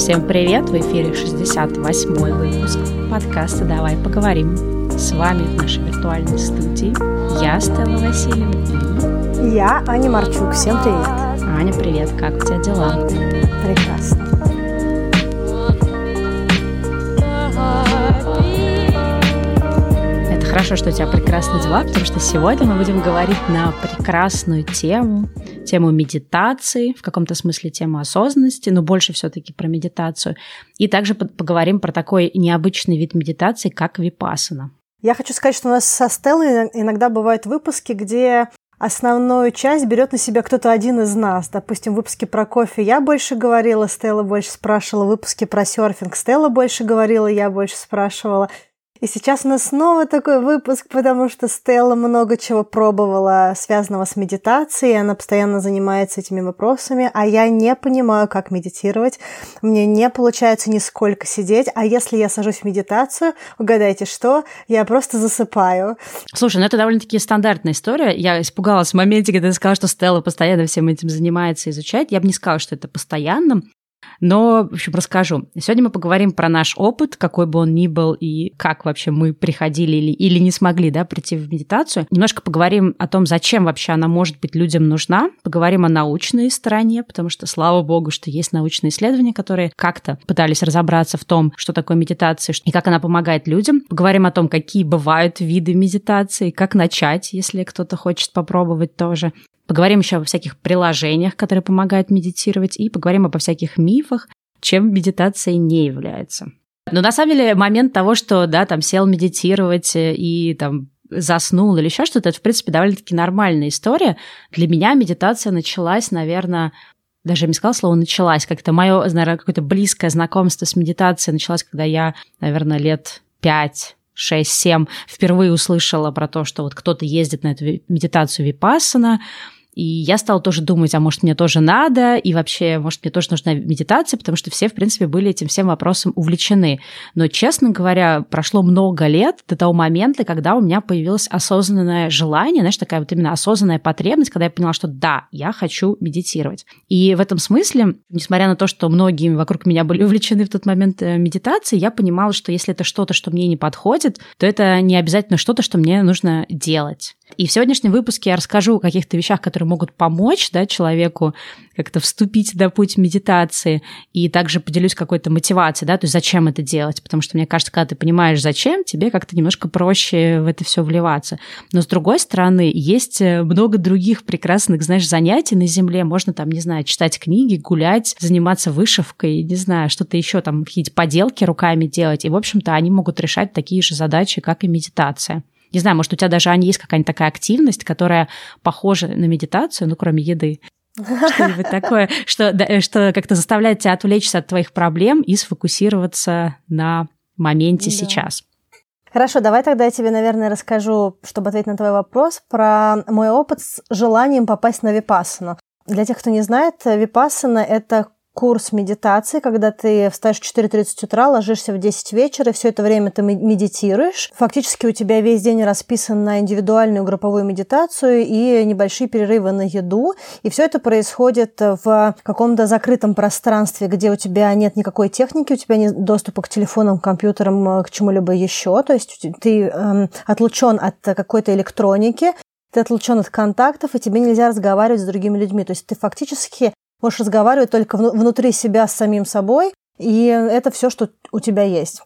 Всем привет! В эфире 68-й выпуск подкаста «Давай поговорим». С вами в нашей виртуальной студии я, Стелла Васильева, и я, Аня Марчук. Всем привет! Аня, привет! Как у тебя дела? Прекрасно. Это хорошо, что у тебя прекрасные дела, потому что сегодня мы будем говорить на прекрасную тему медитации, в каком-то смысле тему осознанности, но больше все-таки про медитацию. И также поговорим про такой необычный вид медитации, как випассана. Я хочу сказать, что у нас со Стеллой иногда бывают выпуски, где основную часть берет на себя кто-то один из нас. Допустим, в выпуске про кофе я больше говорила, Стелла больше спрашивала. В выпуске про серфинг Стелла больше говорила, я больше спрашивала. И сейчас у нас снова такой выпуск, потому что Стелла много чего пробовала, связанного с медитацией, она постоянно занимается этими вопросами, а я не понимаю, как медитировать, мне не получается нисколько сидеть, а если я сажусь в медитацию, угадайте что, я просто засыпаю. Слушай, ну это довольно-таки стандартная история, я испугалась в моменте, когда ты сказала, что Стелла постоянно всем этим занимается, изучает, я бы не сказала, что это постоянно. Но, в общем, расскажу. Сегодня мы поговорим про наш опыт, какой бы он ни был, и как вообще мы приходили или не смогли, прийти в медитацию. Немножко поговорим о том, зачем вообще она может быть людям нужна. Поговорим о научной стороне, потому что, слава богу, что есть научные исследования, которые как-то пытались разобраться в том, что такое медитация и как она помогает людям. Поговорим о том, какие бывают виды медитации, как начать, если кто-то хочет попробовать тоже. Поговорим еще о всяких приложениях, которые помогают медитировать, и поговорим обо всяких мифах, чем медитация не является. Но на самом деле момент того, что там сел медитировать и заснул или еще что-то, это, в принципе, довольно-таки нормальная история. Для меня медитация началась, наверное, даже я не сказала слово «началась», как-то мое, наверное, какое-то близкое знакомство с медитацией началось, когда я, наверное, лет 5, 6, 7 впервые услышала про то, что вот кто-то ездит на эту медитацию випассана, и я стала тоже думать, а может, мне тоже надо, и вообще, может, мне тоже нужна медитация, потому что все, в принципе, были этим всем вопросом увлечены. Но, честно говоря, прошло много лет до того момента, когда у меня появилось осознанное желание, знаешь, такая вот именно осознанная потребность, когда я поняла, что да, я хочу медитировать. И в этом смысле, несмотря на то, что многие вокруг меня были увлечены в тот момент медитацией, я понимала, что если это что-то, что мне не подходит, то это не обязательно что-то, что мне нужно делать. И в сегодняшнем выпуске я расскажу о каких-то вещах, которые могут помочь человеку как-то вступить на путь медитации, и также поделюсь какой-то мотивацией, то есть зачем это делать, потому что мне кажется, когда ты понимаешь, зачем, тебе как-то немножко проще в это все вливаться. Но с другой стороны, есть много других прекрасных, занятий на земле, можно читать книги, гулять, заниматься вышивкой, не знаю, что-то еще, какие-то поделки руками делать, и, в общем-то, они могут решать такие же задачи, как и медитация. Не знаю, может, у тебя даже, Аня, есть какая-нибудь такая активность, которая похожа на медитацию, кроме еды. Что-нибудь такое, что как-то заставляет тебя отвлечься от твоих проблем и сфокусироваться на моменте сейчас. Хорошо, давай тогда я тебе, наверное, расскажу, чтобы ответить на твой вопрос, про мой опыт с желанием попасть на випассану. Для тех, кто не знает, випассана – это курс медитации, когда ты встаешь в 4:30 утра, ложишься в 10 вечера, и все это время ты медитируешь. Фактически у тебя весь день расписан на индивидуальную групповую медитацию и небольшие перерывы на еду. И все это происходит в каком-то закрытом пространстве, где у тебя нет никакой техники, у тебя нет доступа к телефонам, к компьютерам, к чему-либо еще. То есть ты отлучен от какой-то электроники, ты отлучен от контактов, и тебе нельзя разговаривать с другими людьми. То есть ты фактически можешь разговаривать только внутри себя с самим собой, и это все, что у тебя есть.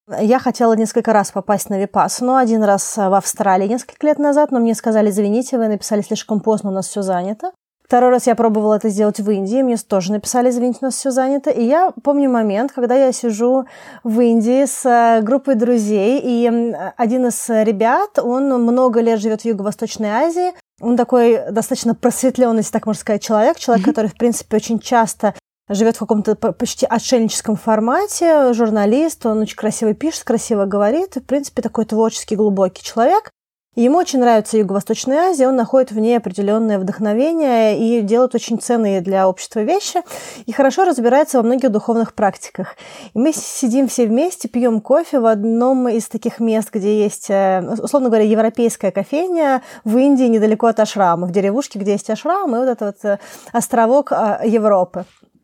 Я хотела несколько раз попасть на випассану. Один раз в Австралии несколько лет назад, но мне сказали: извините, вы написали слишком поздно, у нас все занято. Второй раз я пробовала это сделать в Индии, мне тоже написали: извините, у нас все занято. И я помню момент, когда я сижу в Индии с группой друзей, и один из ребят, он много лет живет в Юго-Восточной Азии. Он такой достаточно просветленный, если так можно сказать, человек, который, в принципе, очень часто живет в каком-то почти отшельническом формате, журналист, он очень красиво пишет, красиво говорит, и, в принципе, такой творческий, глубокий человек. И ему очень нравится Юго-Восточная Азия, он находит в ней определенное вдохновение и делает очень ценные для общества вещи, и хорошо разбирается во многих духовных практиках. И мы сидим все вместе, пьем кофе в одном из таких мест, где есть, условно говоря, европейская кофейня в Индии, недалеко от ашрама, в деревушке, где есть ашрам, и вот этот вот островок Европы.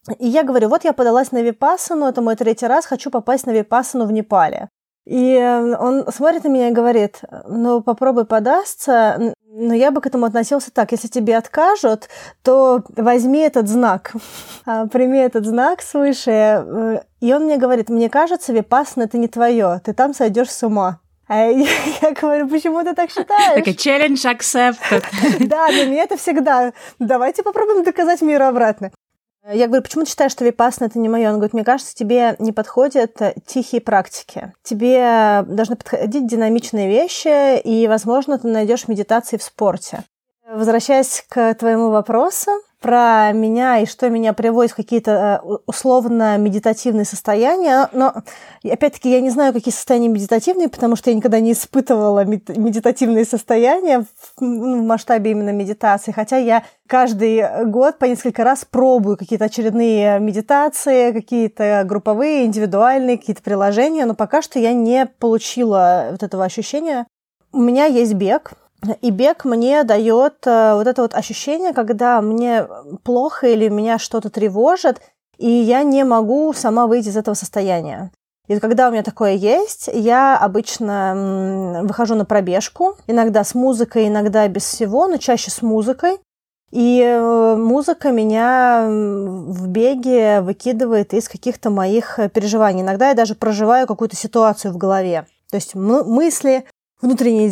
И я говорю, вот я подалась на випассану, это мой 3-й раз, хочу попасть на випассану в Непале. И он смотрит на меня и говорит, ну, попробуй подастся, но я бы к этому относился так, если тебе откажут, то возьми этот знак, прими этот знак свыше. И он мне говорит, мне кажется, випассана – это не твое, ты там сойдешь с ума. А я говорю, почему ты так считаешь? Такая challenge accepted. Да, для меня это всегда, давайте попробуем доказать миру обратно. Я говорю, почему ты считаешь, что випассана – это не мое? Он говорит, мне кажется, тебе не подходят тихие практики. Тебе должны подходить динамичные вещи, и, возможно, ты найдешь медитации в спорте. Возвращаясь к твоему вопросу про меня и что меня приводит в какие-то условно медитативные состояния, но, опять-таки, я не знаю, какие состояния медитативные, потому что я никогда не испытывала медитативные состояния в масштабе именно медитации, хотя я каждый год по несколько раз пробую какие-то очередные медитации, какие-то групповые, индивидуальные, какие-то приложения, но пока что я не получила вот этого ощущения. У меня есть бег. И бег мне дает вот это вот ощущение, когда мне плохо или меня что-то тревожит, и я не могу сама выйти из этого состояния. И когда у меня такое есть, я обычно выхожу на пробежку, иногда с музыкой, иногда без всего, но чаще с музыкой. И музыка меня в беге выкидывает из каких-то моих переживаний. Иногда я даже проживаю какую-то ситуацию в голове. То есть мысли, внутренние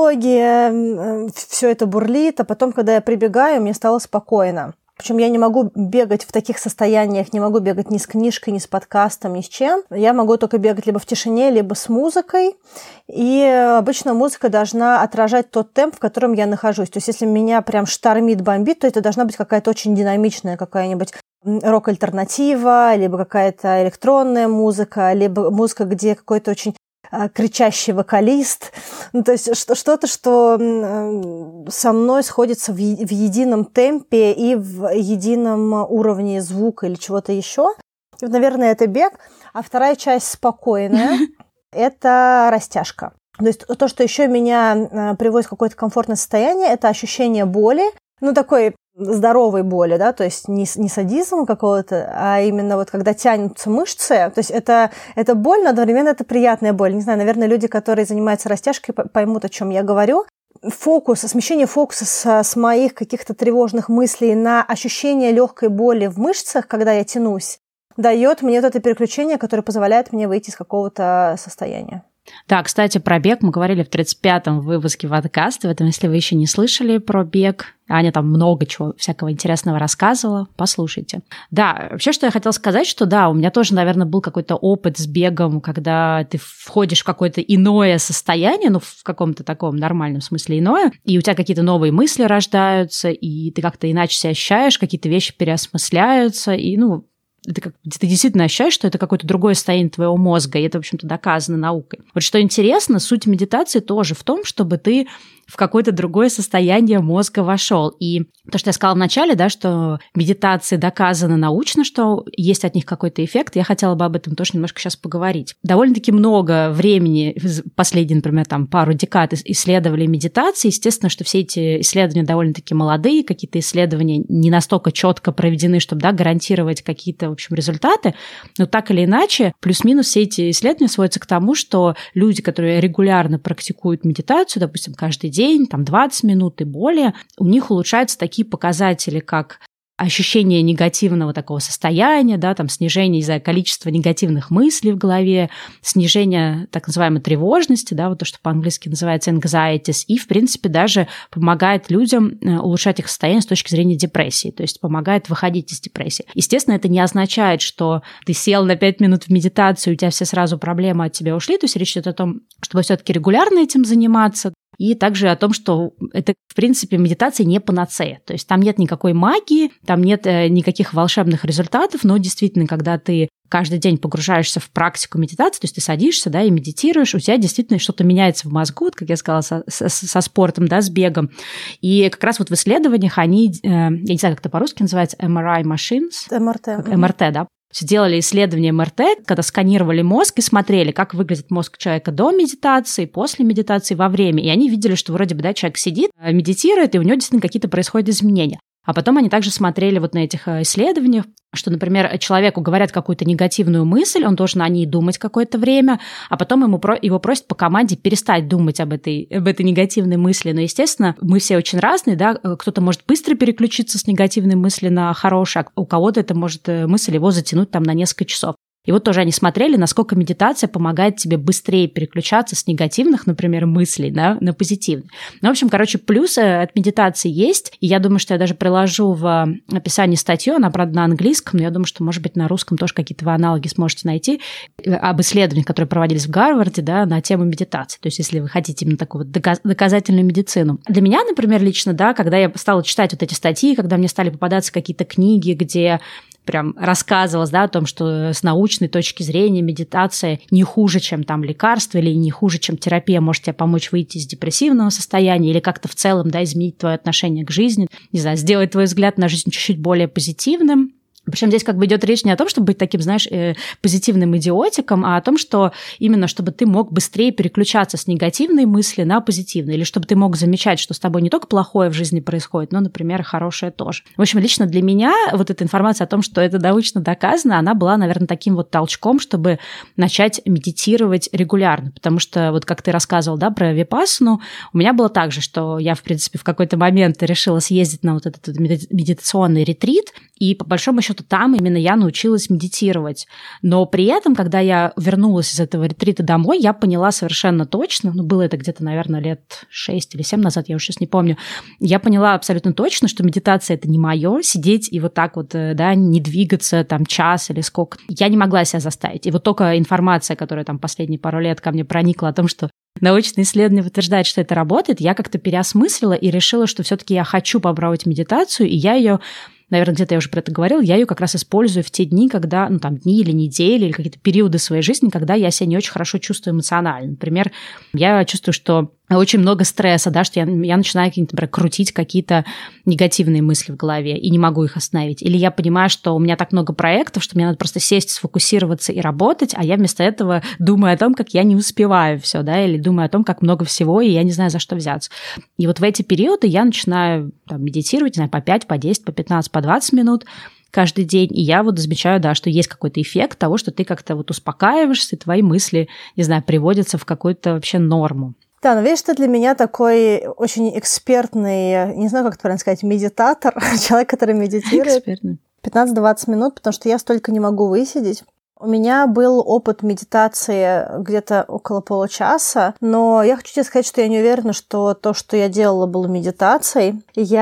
диалоги, все это бурлит, а потом, когда я прибегаю, мне стало спокойно. Причем я не могу бегать в таких состояниях, не могу бегать ни с книжкой, ни с подкастом, ни с чем. Я могу только бегать либо в тишине, либо с музыкой. И обычно музыка должна отражать тот темп, в котором я нахожусь. То есть если меня прям штормит, бомбит, то это должна быть какая-то очень динамичная какая-нибудь рок-альтернатива, либо какая-то электронная музыка, либо музыка, где какой-то очень кричащий вокалист, ну, то есть что-то, что со мной сходится в едином темпе и в едином уровне звука или чего-то еще. Вот, наверное, это бег. А вторая часть спокойная – это растяжка. То есть то, что еще меня приводит в какое-то комфортное состояние, это ощущение боли, ну, такой здоровой боли, да, то есть не садизм какого-то, а именно вот когда тянутся мышцы, то есть это боль, но одновременно это приятная боль. Не знаю, наверное, люди, которые занимаются растяжкой, поймут, о чем я говорю. Смещение фокуса с моих каких-то тревожных мыслей на ощущение легкой боли в мышцах, когда я тянусь, дает мне вот это переключение, которое позволяет мне выйти из какого-то состояния. Да, кстати, про бег мы говорили в 35-м выпуске подкаста, поэтому если вы еще не слышали про бег, Аня там много чего всякого интересного рассказывала, послушайте. Да, вообще, что я хотела сказать, что да, у меня тоже, наверное, был какой-то опыт с бегом, когда ты входишь в какое-то иное состояние, ну, в каком-то таком нормальном смысле иное, и у тебя какие-то новые мысли рождаются, и ты как-то иначе себя ощущаешь, какие-то вещи переосмысляются, и, ну, ты действительно ощущаешь, что это какое-то другое состояние твоего мозга, и это, в общем-то, доказано наукой. Вот что интересно, суть медитации тоже в том, чтобы ты в какое-то другое состояние мозга вошел. И то, что я сказала вначале, да, что медитации доказано научно, что есть от них какой-то эффект, я хотела бы об этом тоже немножко сейчас поговорить. Довольно-таки много времени, последние, например, там, пару декад исследовали медитации. Естественно, что все эти исследования довольно-таки молодые, какие-то исследования не настолько четко проведены, чтобы, да, гарантировать какие-то, в общем, результаты. Но так или иначе, плюс-минус все эти исследования сводятся к тому, что люди, которые регулярно практикуют медитацию, допустим, каждый день, там 20 минут и более, у них улучшаются такие показатели, как ощущение негативного такого состояния, да, там снижение, не знаю, количества негативных мыслей в голове, снижение так называемой тревожности, да, вот то, что по-английски называется anxieties, и, в принципе, даже помогает людям улучшать их состояние с точки зрения депрессии, то есть помогает выходить из депрессии. Естественно, это не означает, что ты сел на 5 минут в медитацию, у тебя все сразу проблемы от тебя ушли, то есть речь идет о том, чтобы все-таки регулярно этим заниматься, и также о том, что это, в принципе, медитация не панацея. То есть там нет никакой магии, там нет никаких волшебных результатов, но действительно, когда ты каждый день погружаешься в практику медитации, то есть ты садишься, да, и медитируешь, у тебя действительно что-то меняется в мозгу, вот, как я сказала, со спортом, да, с бегом. И как раз вот в исследованиях они, я не знаю, как это по-русски называется, MRI machines? МРТ, да. Сделали исследование МРТ, когда сканировали мозг и смотрели, как выглядит мозг человека до медитации, после медитации, во время. И они видели, что вроде бы, да, человек сидит, медитирует, и у него действительно какие-то происходят изменения. А потом они также смотрели вот на этих исследованиях, что, например, человеку говорят какую-то негативную мысль, он должен о ней думать какое-то время, а потом его просят по команде перестать думать об этой негативной мысли. Но, естественно, мы все очень разные, да, кто-то может быстро переключиться с негативной мысли на хорошую, а у кого-то это может мысль его затянуть там на несколько часов. И вот тоже они смотрели, насколько медитация помогает тебе быстрее переключаться с негативных, например, мыслей, да, на позитивные. Ну, в общем, плюсы от медитации есть. И я думаю, что я даже приложу в описании статью, она, правда, на английском, но я думаю, что, может быть, на русском тоже какие-то вы аналоги сможете найти, об исследованиях, которые проводились в Гарварде, да, на тему медитации. То есть, если вы хотите именно такую вот доказательную медицину. Для меня, например, лично, да, когда я стала читать вот эти статьи, когда мне стали попадаться какие-то книги, где прям рассказывалось, да, о том, что с научной точки зрения медитация не хуже, чем там лекарство, или не хуже, чем терапия может тебе помочь выйти из депрессивного состояния, или как-то в целом, да, изменить твое отношение к жизни, не знаю, сделать твой взгляд на жизнь чуть-чуть более позитивным. Причем здесь как бы идет речь не о том, чтобы быть таким, знаешь, позитивным идиотиком, а о том, что именно чтобы ты мог быстрее переключаться с негативной мысли на позитивные, или чтобы ты мог замечать, что с тобой не только плохое в жизни происходит, но, например, хорошее тоже. В общем, лично для меня вот эта информация о том, что это научно доказано, она была, наверное, таким вот толчком, чтобы начать медитировать регулярно, потому что вот как ты рассказывал, да, про випассану, у меня было так же, что я, в принципе, в какой-то момент решила съездить на вот этот медитационный ретрит, и по большому счету там именно я научилась медитировать. Но при этом, когда я вернулась из этого ретрита домой, я поняла совершенно точно, было это где-то, наверное, лет 6 или 7 назад, я уже сейчас не помню, я поняла абсолютно точно, что медитация – это не моё, сидеть и вот так вот, да, не двигаться там час или сколько. Я не могла себя заставить. И вот только информация, которая там последние пару лет ко мне проникла о том, что научные исследования подтверждают, что это работает, я как-то переосмыслила и решила, что все-таки я хочу попробовать медитацию, и я ее, наверное, где-то я уже про это говорила, я ее как раз использую в те дни, когда, дни или недели, или какие-то периоды своей жизни, когда я себя не очень хорошо чувствую эмоционально. Например, я чувствую, что очень много стресса, да, что я начинаю, например, крутить какие-то негативные мысли в голове и не могу их остановить. Или я понимаю, что у меня так много проектов, что мне надо просто сесть, сфокусироваться и работать, а я вместо этого думаю о том, как я не успеваю все, да, или думаю о том, как много всего, и я не знаю, за что взяться. И вот в эти периоды я начинаю медитировать, не знаю, по 5, по 10, по 15, по 20 минут каждый день, и я вот замечаю, да, что есть какой-то эффект того, что ты как-то вот успокаиваешься, и твои мысли, не знаю, приводятся в какую-то вообще норму. Да, но видишь, ты для меня такой очень экспертный, не знаю, как это правильно сказать, медитатор, человек, который медитирует 15-20 минут, потому что я столько не могу высидеть. У меня был опыт медитации где-то около получаса, но я хочу тебе сказать, что я не уверена, что то, что я делала, было медитацией.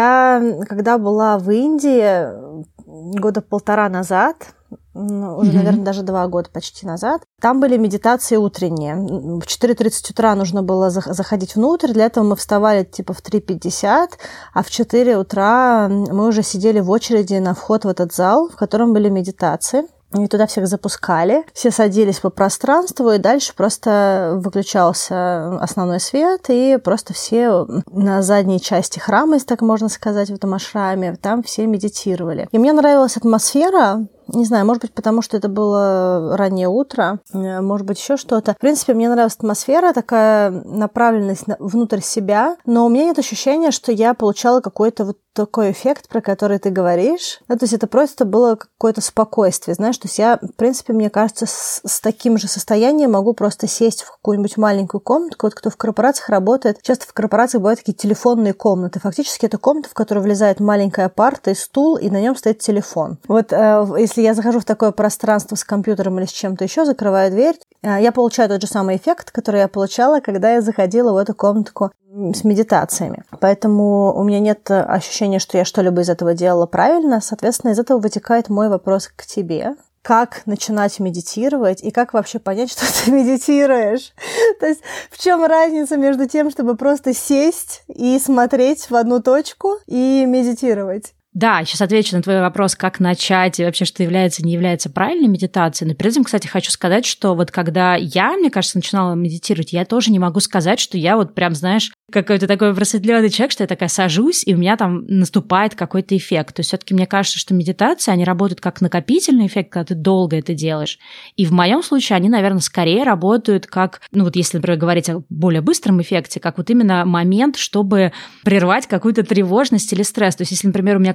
Я, когда была в Индии года 1,5 назад, уже, наверное, даже 2 года почти назад, там были медитации утренние. В 4:30 утра нужно было заходить внутрь, для этого мы вставали типа в 3:50, а в 4 утра мы уже сидели в очереди на вход в этот зал, в котором были медитации. И туда всех запускали, все садились по пространству, и дальше просто выключался основной свет, и просто все на задней части храма, если так можно сказать, в этом ашраме, там все медитировали. И мне нравилась атмосфера. Не знаю, может быть, потому что это было раннее утро, может быть, еще что-то. В принципе, мне нравилась атмосфера, такая направленность внутрь себя, но у меня нет ощущения, что я получала какой-то вот такой эффект, про который ты говоришь. То есть это просто было какое-то спокойствие, знаешь, то есть я, в принципе, мне кажется, с таким же состоянием могу просто сесть в какую-нибудь маленькую комнатку. Вот кто в корпорациях работает, часто в корпорациях бывают такие телефонные комнаты. Фактически это комната, в которую влезает маленькая парта и стул, и на нем стоит телефон. Вот если я захожу в такое пространство с компьютером или с чем-то еще, закрываю дверь, я получаю тот же самый эффект, который я получала, когда я заходила в эту комнатку с медитациями. Поэтому у меня нет ощущения, что я что-либо из этого делала правильно. Соответственно, из этого вытекает мой вопрос к тебе. Как начинать медитировать и как вообще понять, что ты медитируешь? То есть в чем разница между тем, чтобы просто сесть и смотреть в одну точку и медитировать? Да, сейчас отвечу на твой вопрос, как начать и вообще, что является, не является правильной медитацией. Но перед этим, кстати, хочу сказать, что вот когда я, мне кажется, начинала медитировать, я тоже не могу сказать, что я вот прям, знаешь, какой-то такой просветленный человек, что я такая сажусь, и у меня там наступает какой-то эффект. То есть все-таки мне кажется, что медитации, они работают как накопительный эффект, когда ты долго это делаешь. И в моем случае они, наверное, скорее работают как, вот если, например, говорить о более быстром эффекте, как вот именно момент, чтобы прервать какую-то тревожность или стресс. То есть если, например, у меня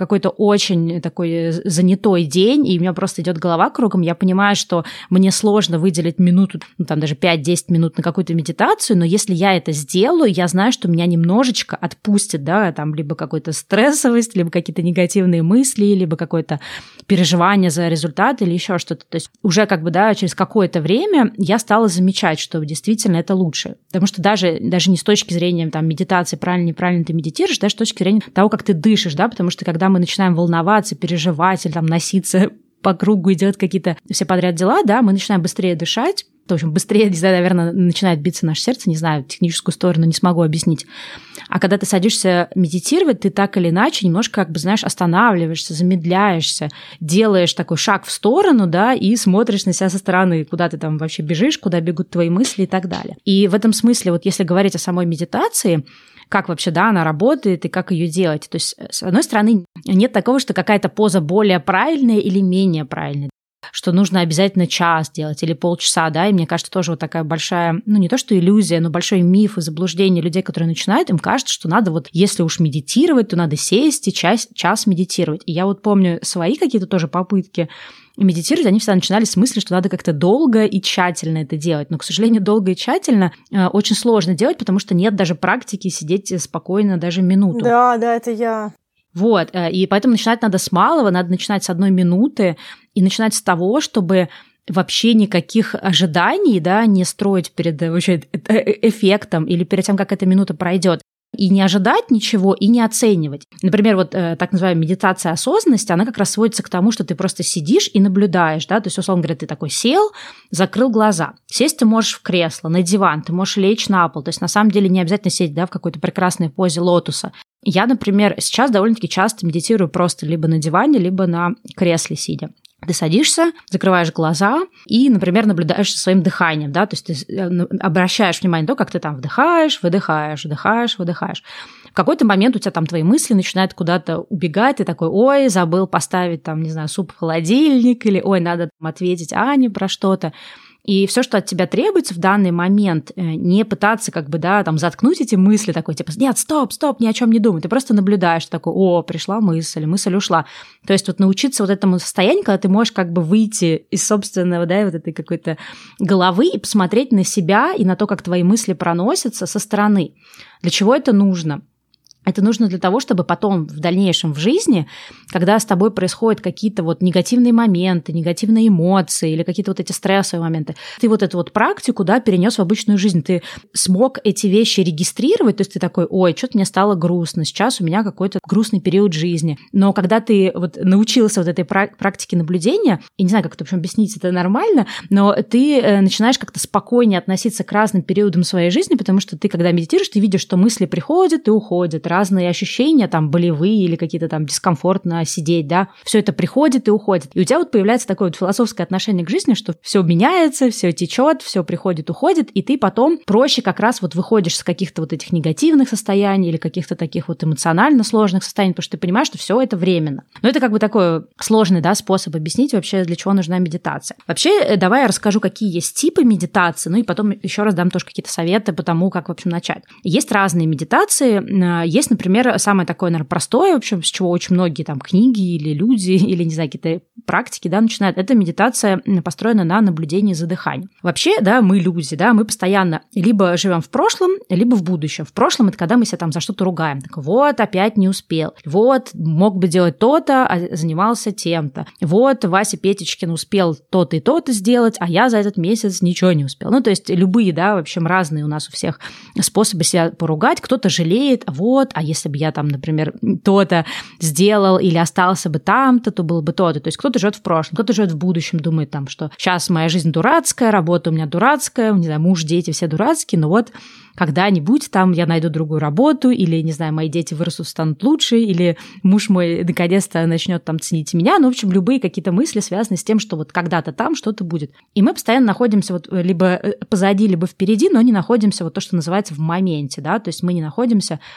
какой-то очень такой занятой день, и у меня просто идет голова кругом, я понимаю, что мне сложно выделить минуту, ну, там даже 5-10 минут на какую-то медитацию, но если я это сделаю, я знаю, что меня немножечко отпустит, да, там либо какой-то стрессовость, либо какие-то негативные мысли, либо какое-то переживание за результат или еще что-то. То есть уже как бы, да, через какое-то время я стала замечать, что действительно это лучше. Потому что даже не с точки зрения там, медитации, правильно-неправильно ты медитируешь, даже с точки зрения того, как ты дышишь, да, потому что когда мы начинаем волноваться, переживать или там носиться по кругу и делать какие-то все подряд дела, да, мы начинаем быстрее дышать, в общем, быстрее, наверное, начинает биться наше сердце, не знаю, техническую сторону не смогу объяснить. А когда ты садишься медитировать, ты так или иначе немножко, как бы, знаешь, останавливаешься, замедляешься, делаешь такой шаг в сторону, да, и смотришь на себя со стороны, куда ты там вообще бежишь, куда бегут твои мысли и так далее. И в этом смысле, вот если говорить о самой медитации, как вообще, да, она работает и как ее делать. То есть, с одной стороны, нет такого, что какая-то поза более правильная или менее правильная, что нужно обязательно час делать или полчаса, да, и мне кажется, тоже вот такая большая, ну, не то что иллюзия, но большой миф и заблуждение людей, которые начинают, им кажется, что надо вот, если уж медитировать, то надо сесть и час медитировать. И я вот помню свои какие-то тоже попытки медитировать, они всегда начинали с мысли, что надо как-то долго и тщательно это делать. Но, к сожалению, долго и тщательно очень сложно делать, потому что нет даже практики сидеть спокойно даже минуту. Да, это я. Вот, и поэтому начинать надо с малого, надо начинать с 1 минуты и начинать с того, чтобы вообще никаких ожиданий, да, не строить перед вообще эффектом или перед тем, как эта минута пройдет. И не ожидать ничего, и не оценивать. Например, вот так называемая медитация осознанности, она как раз сводится к тому, что ты просто сидишь и наблюдаешь, да, то есть, условно говоря, ты такой сел, закрыл глаза. Сесть ты можешь в кресло, на диван, ты можешь лечь на пол, то есть, на самом деле, не обязательно сидеть, да, в какой-то прекрасной позе лотоса. Я, например, сейчас довольно-таки часто медитирую просто либо на диване, либо на кресле сидя. Ты садишься, закрываешь глаза и, например, наблюдаешь за своим дыханием, да, то есть ты обращаешь внимание на то, как ты там вдыхаешь, выдыхаешь, вдыхаешь, выдыхаешь. В какой-то момент у тебя там твои мысли начинают куда-то убегать, ты такой, ой, забыл поставить там, не знаю, суп в холодильник, или ой, надо там ответить Ане про что-то. И все, что от тебя требуется в данный момент, не пытаться как бы, да, там заткнуть эти мысли, такой типа, нет, стоп, ни о чем не думай. Ты просто наблюдаешь, такой, о, пришла мысль ушла. То есть вот научиться вот этому состоянию, когда ты можешь как бы выйти из собственного, да, вот этой какой-то головы и посмотреть на себя и на то, как твои мысли проносятся со стороны. Для чего это нужно? Это нужно для того, чтобы потом в дальнейшем в жизни, когда с тобой происходят какие-то вот негативные моменты, негативные эмоции или какие-то вот эти стрессовые моменты, ты вот эту вот практику, да, перенес в обычную жизнь, ты смог эти вещи регистрировать, то есть ты такой, ой, что-то мне стало грустно, сейчас у меня какой-то грустный период жизни. Но когда ты вот научился вот этой практике наблюдения, я не знаю, как это, в общем, объяснить, это нормально, но ты начинаешь как-то спокойнее относиться к разным периодам своей жизни, потому что ты, когда медитируешь, ты видишь, что мысли приходят и уходят, разные ощущения, там, болевые или какие-то там дискомфортно сидеть, да, все это приходит и уходит. И у тебя вот появляется такое вот философское отношение к жизни, что все меняется, все течет, все приходит, уходит, и ты потом проще как раз вот выходишь с каких-то вот этих негативных состояний или каких-то таких вот эмоционально сложных состояний, потому что ты понимаешь, что все это временно. Но это как бы такой сложный, да, способ объяснить вообще, для чего нужна медитация. Вообще, давай я расскажу, какие есть типы медитации, ну и потом еще раз дам тоже какие-то советы по тому, как, в общем, начать. Есть разные медитации. Есть, например, самое такое, наверное, простое, в общем, с чего очень многие там книги или люди, или, не знаю, какие-то практики, да, начинают. Это медитация построена на наблюдении за дыханием. Вообще, да, мы люди, да, мы постоянно либо живем в прошлом, либо в будущем. В прошлом это когда мы себя там за что-то ругаем. Так вот, опять не успел. Вот, мог бы делать то-то, а занимался тем-то. Вот, Вася Петечкин успел то-то и то-то сделать, а я за этот месяц ничего не успел. Ну, то есть любые, да, в общем, разные у нас у всех способы себя поругать. Кто-то жалеет, вот, а если бы я там, например, то-то сделал или остался бы там-то, то было бы то-то. То есть кто-то живет в прошлом, кто-то живет в будущем, думает там, что сейчас моя жизнь дурацкая, работа у меня дурацкая, не знаю, муж, дети все дурацкие, но вот когда-нибудь там я найду другую работу, или, не знаю, мои дети вырастут, станут лучше, или муж мой наконец-то начнет там ценить меня. Ну, в общем, любые какие-то мысли связаны с тем, что вот когда-то там что-то будет. И мы постоянно находимся вот либо позади, либо впереди, но не находимся вот то, что называется в моменте, да, то есть мы не находимся в ощущении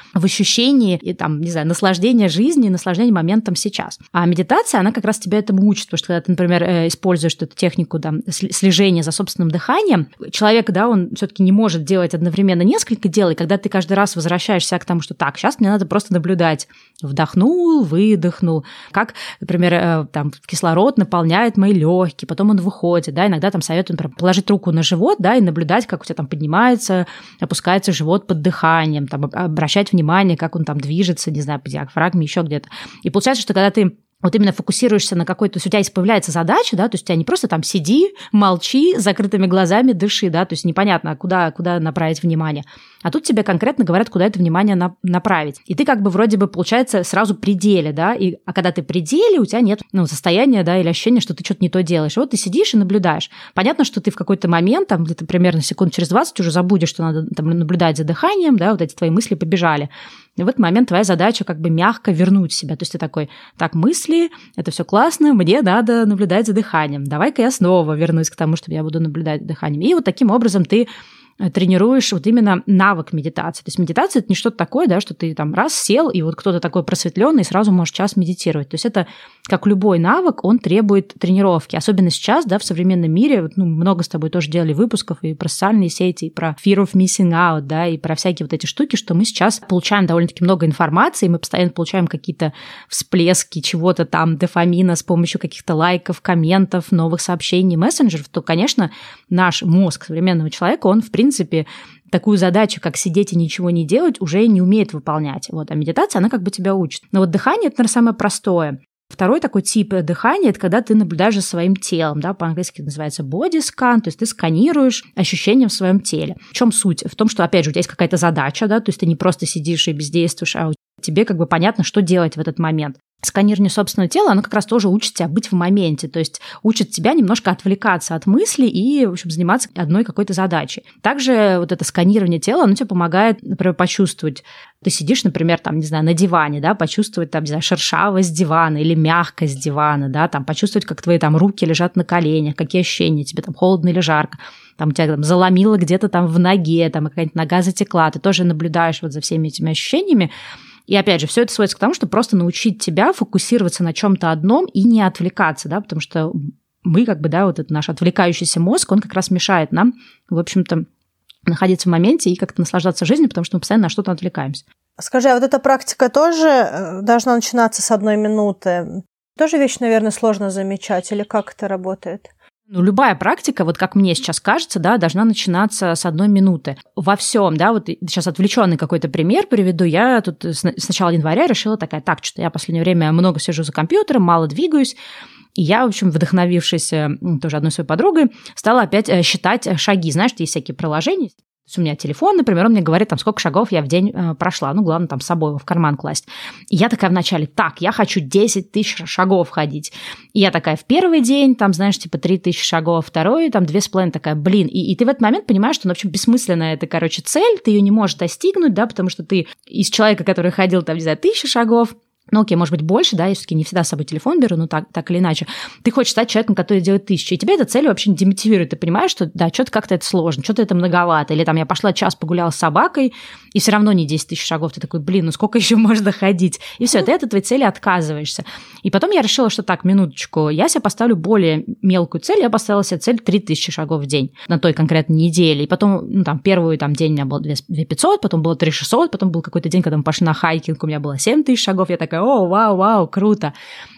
ощущении и там, не знаю, наслаждения жизнью, наслаждения моментом сейчас. А медитация, она как раз тебя этому учит, потому что когда ты, например, используешь эту технику слежения за собственным дыханием, человек, да, он все-таки не может делать одновременно несколько дел, и когда ты каждый раз возвращаешься к тому, что так, сейчас мне надо просто наблюдать. Вдохнул, выдохнул, как, например, там кислород наполняет мои легкие, потом он выходит, да, иногда там советуют, например, положить руку на живот, да, и наблюдать, как у тебя там поднимается, опускается живот под дыханием, там, обращать внимание, как он там движется, не знаю, по диафрагме, еще где-то. И получается, что когда ты вот именно фокусируешься на какой-то, у тебя появляется задача, да, то есть у тебя не просто там сиди, молчи, с закрытыми глазами дыши, да, то есть непонятно, куда направить внимание. А тут тебе конкретно говорят, куда это внимание направить. И ты как бы вроде бы, получается, сразу при деле, да, а когда ты при деле, у тебя нет состояния, да, или ощущения, что ты что-то не то делаешь. И вот ты сидишь и наблюдаешь. Понятно, что ты в какой-то момент, там где-то примерно секунд через 20 уже забудешь, что надо там наблюдать за дыханием, да, вот эти твои мысли побежали. И в этот момент твоя задача как бы мягко вернуть себя. То есть ты такой, так, мысли, это все классно, мне надо наблюдать за дыханием. Давай-ка я снова вернусь к тому, что я буду наблюдать за дыханием. И вот таким образом ты тренируешь вот именно навык медитации. То есть медитация – это не что-то такое, да, что ты там раз сел, и вот кто-то такой просветленный, и сразу можешь час медитировать. То есть это, как любой навык, он требует тренировки. Особенно сейчас, да, в современном мире, вот, много с тобой тоже делали выпусков и про социальные сети, и про fear of missing out, да, и про всякие вот эти штуки, что мы сейчас получаем довольно-таки много информации, мы постоянно получаем какие-то всплески чего-то там, дофамина с помощью каких-то лайков, комментов, новых сообщений, мессенджеров, то, конечно, наш мозг современного человека, он, в принципе, такую задачу, как сидеть и ничего не делать, уже не умеет выполнять. Вот. А медитация, она как бы тебя учит. Но вот дыхание – это, наверное, самое простое. Второй такой тип дыхания – это когда ты наблюдаешь за своим телом, да, по-английски это называется body scan, то есть ты сканируешь ощущения в своем теле. В чем суть? В том, что, опять же, у тебя есть какая-то задача, да, то есть ты не просто сидишь и бездействуешь, а тебе как бы понятно, что делать в этот момент. Сканирование собственного тела, оно как раз тоже учит тебя быть в моменте, то есть учит тебя немножко отвлекаться от мыслей и, в общем, заниматься одной какой-то задачей. Также вот это сканирование тела, оно тебе помогает, например, почувствовать. Ты сидишь, например, там, не знаю, на диване, да, почувствовать там, не знаю, шершавость дивана или мягкость дивана, да, там, почувствовать, как твои там руки лежат на коленях, какие ощущения, тебе там холодно или жарко, там тебя там заломило где-то там в ноге, там какая-нибудь нога затекла, ты тоже наблюдаешь вот за всеми этими ощущениями. И опять же, все это сводится к тому, чтобы просто научить тебя фокусироваться на чем-то одном и не отвлекаться, да, потому что мы как бы, да, вот этот наш отвлекающийся мозг, он как раз мешает нам, в общем-то, находиться в моменте и как-то наслаждаться жизнью, потому что мы постоянно на что-то отвлекаемся. Скажи, а вот эта практика тоже должна начинаться с 1 минуты? Тоже вещь, наверное, сложно замечать, или как это работает? Любая практика, вот как мне сейчас кажется, да, должна начинаться с 1 минуты. Во всем, да, вот сейчас отвлеченный какой-то пример приведу. Я тут с начала января решила такая, так, что я в последнее время много сижу за компьютером, мало двигаюсь. И я, в общем, вдохновившись тоже одной своей подругой, стала опять считать шаги. Знаешь, есть всякие приложения. То есть у меня телефон, например, он мне говорит, там, сколько шагов я в день прошла. Ну, главное, там, с собой его в карман класть. И я такая вначале, так, я хочу 10 тысяч шагов ходить. И я такая в первый день, там, знаешь, типа 3 тысячи шагов, второй, там, 2,5, такая, блин. И ты в этот момент понимаешь, что, ну, в общем, бессмысленная эта, короче, цель, ты ее не можешь достигнуть, да, потому что ты из человека, который ходил, там, не знаю, 1000 шагов, ну, окей, может быть, больше, да, я все-таки не всегда с собой телефон беру, но так или иначе. Ты хочешь стать человеком, который делает 1000, и тебя эта цель вообще не демотивирует. Ты понимаешь, что, да, что-то как-то это сложно, что-то это многовато. Или там я пошла час погуляла с собакой, и все равно не 10 тысяч шагов. Ты такой, блин, ну сколько еще можно ходить? И все, ты от этой цели отказываешься. И потом я решила, что так, минуточку, я себе поставлю более мелкую цель. Я поставила себе цель 3000 шагов в день на той конкретной неделе. И потом, ну, там, первый там, день у меня было 2500, потом было 3600, потом был какой-то день, когда мы пошли на хайкинг, у меня было 7000 шагов. Я такая, о, вау, круто.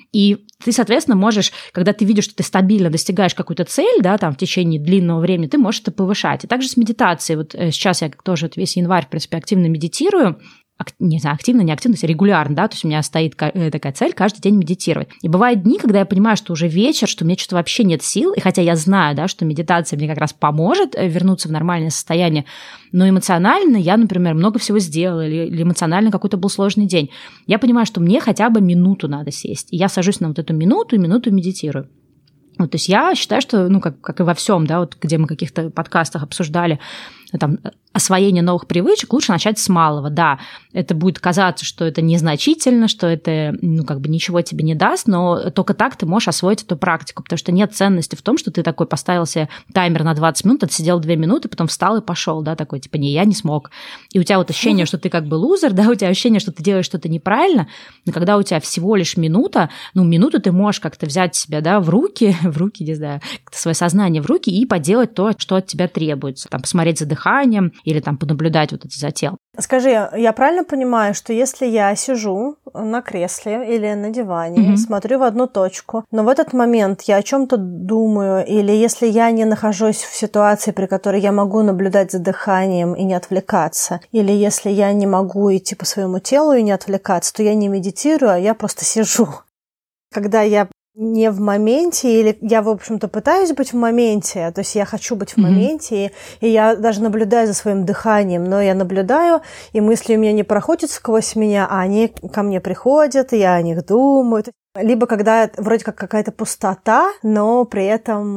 И ты, соответственно, можешь, когда ты видишь, что ты стабильно достигаешь какую-то цель, да, там, в течение длинного времени, ты можешь это повышать. И также с медитацией. Вот сейчас я тоже вот весь январь, в принципе, активно медитирую. Не знаю, активно, не активно, регулярно, да, то есть у меня стоит такая цель каждый день медитировать. И бывают дни, когда я понимаю, что уже вечер, что у меня что-то вообще нет сил, и хотя я знаю, да, что медитация мне как раз поможет вернуться в нормальное состояние, но эмоционально я, например, много всего сделала, или эмоционально какой-то был сложный день. Я понимаю, что мне хотя бы минуту надо сесть, и я сажусь на вот эту минуту и минуту медитирую. Вот, то есть я считаю, что, ну, как и во всем, да, вот где мы в каких-то подкастах обсуждали, там, освоение новых привычек лучше начать с малого. Да, это будет казаться, что это незначительно, что это, ничего тебе не даст, но только так ты можешь освоить эту практику, потому что нет ценности в том, что ты такой поставил себе таймер на 20 минут, отсидел 2 минуты, потом встал и пошел, да, такой, типа, я не смог. И у тебя вот ощущение, что ты как бы лузер, да, у тебя ощущение, что ты делаешь что-то неправильно, но когда у тебя всего лишь минута, минуту ты можешь как-то взять себя, да, в руки, не знаю, свое сознание в руки и поделать то, что от тебя требуется. Там, посмотреть за дыханием или там понаблюдать вот это за телом. Скажи, я правильно понимаю, что если я сижу на кресле или на диване, смотрю в одну точку, но в этот момент я о чем-то думаю, или если я не нахожусь в ситуации, при которой я могу наблюдать за дыханием и не отвлекаться, или если я не могу идти по своему телу и не отвлекаться, то я не медитирую, а я просто сижу. Когда я не в моменте, или я, в общем-то, пытаюсь быть в моменте, то есть я хочу быть в моменте, и я даже наблюдаю за своим дыханием, но я наблюдаю, и мысли у меня не проходят сквозь меня, а они ко мне приходят, и я о них думаю. Либо когда вроде как какая-то пустота, но при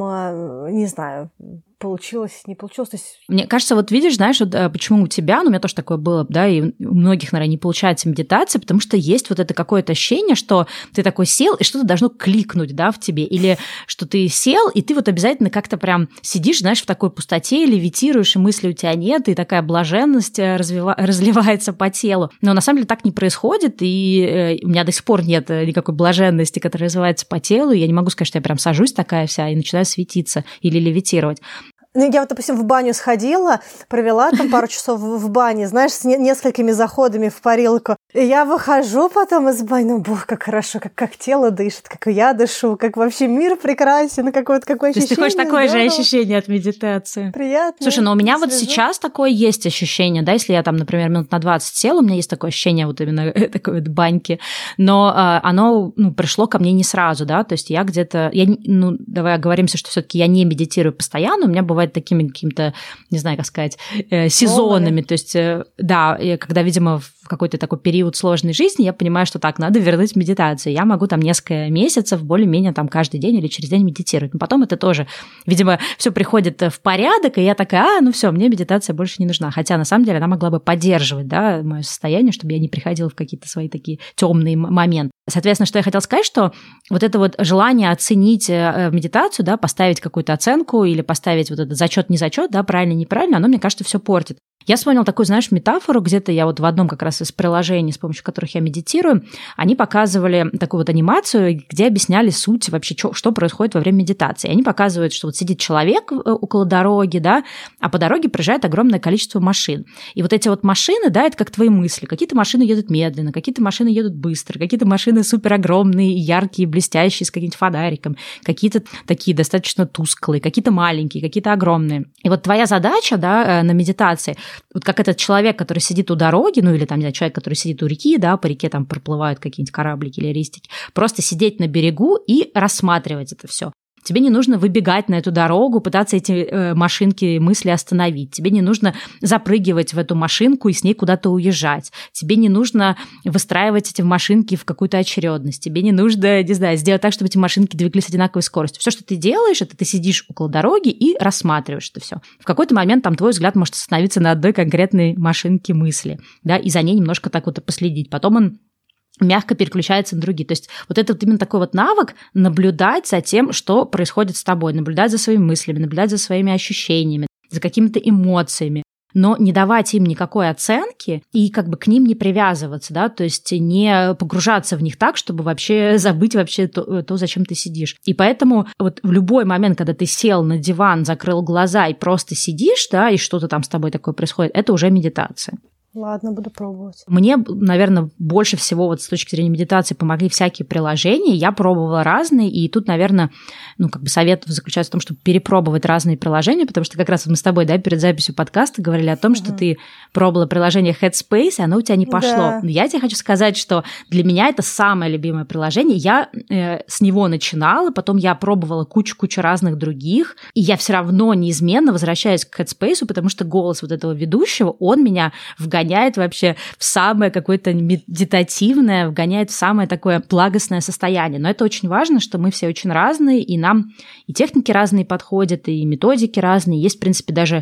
этом, не знаю, получилось, не получилось. То есть... Мне кажется, вот видишь, знаешь, вот почему у тебя, у меня тоже такое было, да, и у многих, наверное, не получается медитация, потому что есть вот это какое-то ощущение, что ты такой сел, и что-то должно кликнуть, да, в тебе, или что ты сел, и ты вот обязательно как-то прям сидишь, знаешь, в такой пустоте, левитируешь, и мысли у тебя нет, и такая блаженность разливается по телу. Но на самом деле так не происходит, и у меня до сих пор нет никакой блаженности, которая развивается по телу, и я не могу сказать, что я прям сажусь такая вся и начинаю светиться или левитировать. Я вот, допустим, в баню сходила, провела там пару часов в бане, знаешь, с несколькими заходами в парилку. И я выхожу потом из бани, как хорошо, как тело дышит, как я дышу, как вообще мир прекрасен, какое ощущение. То есть ты хочешь такое же ощущение от медитации? Приятно. Слушай, но у меня вот сейчас такое есть ощущение, да, если я там, например, минут на 20 села, у меня есть такое ощущение вот именно такой вот баньки, но оно пришло ко мне не сразу, да, то есть я где-то, давай оговоримся, что все-таки я не медитирую постоянно, у меня бывает такими какими-то, не знаю, как сказать, сезонами. То есть, да, когда, видимо, в какой-то такой период сложной жизни я понимаю, что так, надо вернуть медитацию. Я могу там несколько месяцев более-менее там каждый день или через день медитировать. Но потом это тоже, видимо, все приходит в порядок, и я такая, все, мне медитация больше не нужна. Хотя, на самом деле, она могла бы поддерживать, да, мое состояние, чтобы я не приходила в какие-то свои такие темные моменты. Соответственно, что я хотела сказать, что вот это вот желание оценить медитацию, да, поставить какую-то оценку или поставить вот этот зачет, не зачет, да, правильно, неправильно, оно, мне кажется, все портит. Я вспомнила такую, знаешь, метафору, где-то я вот в одном как раз из приложений, с помощью которых я медитирую, они показывали такую вот анимацию, где объясняли суть вообще, что происходит во время медитации. Они показывают, что вот сидит человек около дороги, да, а по дороге проезжает огромное количество машин. И вот эти вот машины, да, это как твои мысли. Какие-то машины едут медленно, какие-то машины едут быстро, какие-то машины супер огромные, яркие, блестящие, с каким-нибудь фонариком, какие-то такие достаточно тусклые, какие-то маленькие, какие-то огромные. И вот твоя задача, да, на медитации, вот как этот человек, который сидит у дороги, или там, не знаю, человек, который сидит у реки, да, по реке там проплывают какие-нибудь кораблики или ристики, просто сидеть на берегу и рассматривать это все. Тебе не нужно выбегать на эту дорогу, пытаться эти машинки, мысли остановить. Тебе не нужно запрыгивать в эту машинку и с ней куда-то уезжать. Тебе не нужно выстраивать эти машинки в какую-то очередность. Тебе не нужно, не знаю, сделать так, чтобы эти машинки двигались одинаковой скоростью. Все, что ты делаешь, это ты сидишь около дороги и рассматриваешь это все. В какой-то момент там твой взгляд может остановиться на одной конкретной машинке мысли, да, и за ней немножко так вот и последить. Потом он мягко переключается на другие. То есть вот это вот именно такой вот навык наблюдать за тем, что происходит с тобой, наблюдать за своими мыслями, наблюдать за своими ощущениями, за какими-то эмоциями, но не давать им никакой оценки и как бы к ним не привязываться, да, то есть не погружаться в них так, чтобы вообще забыть вообще то, зачем ты сидишь. И поэтому вот в любой момент, когда ты сел на диван, закрыл глаза и просто сидишь, да, и что-то там с тобой такое происходит, это уже медитация. Ладно, буду пробовать. Мне, наверное, больше всего вот с точки зрения медитации помогли всякие приложения. Я пробовала разные, и тут, наверное, совет заключается в том, чтобы перепробовать разные приложения, потому что как раз мы с тобой, да, перед записью подкаста говорили о том, что ты пробовала приложение Headspace, и оно у тебя не пошло. Да. Но я тебе хочу сказать, что для меня это самое любимое приложение. Я с него начинала, потом я пробовала кучу разных других, и я все равно неизменно возвращаюсь к Headspace, потому что голос вот этого ведущего, он меня вгоняет вообще в самое какое-то медитативное, вгоняет в самое такое благостное состояние. Но это очень важно, что мы все очень разные, и нам и техники разные подходят, и методики разные. Есть, в принципе, даже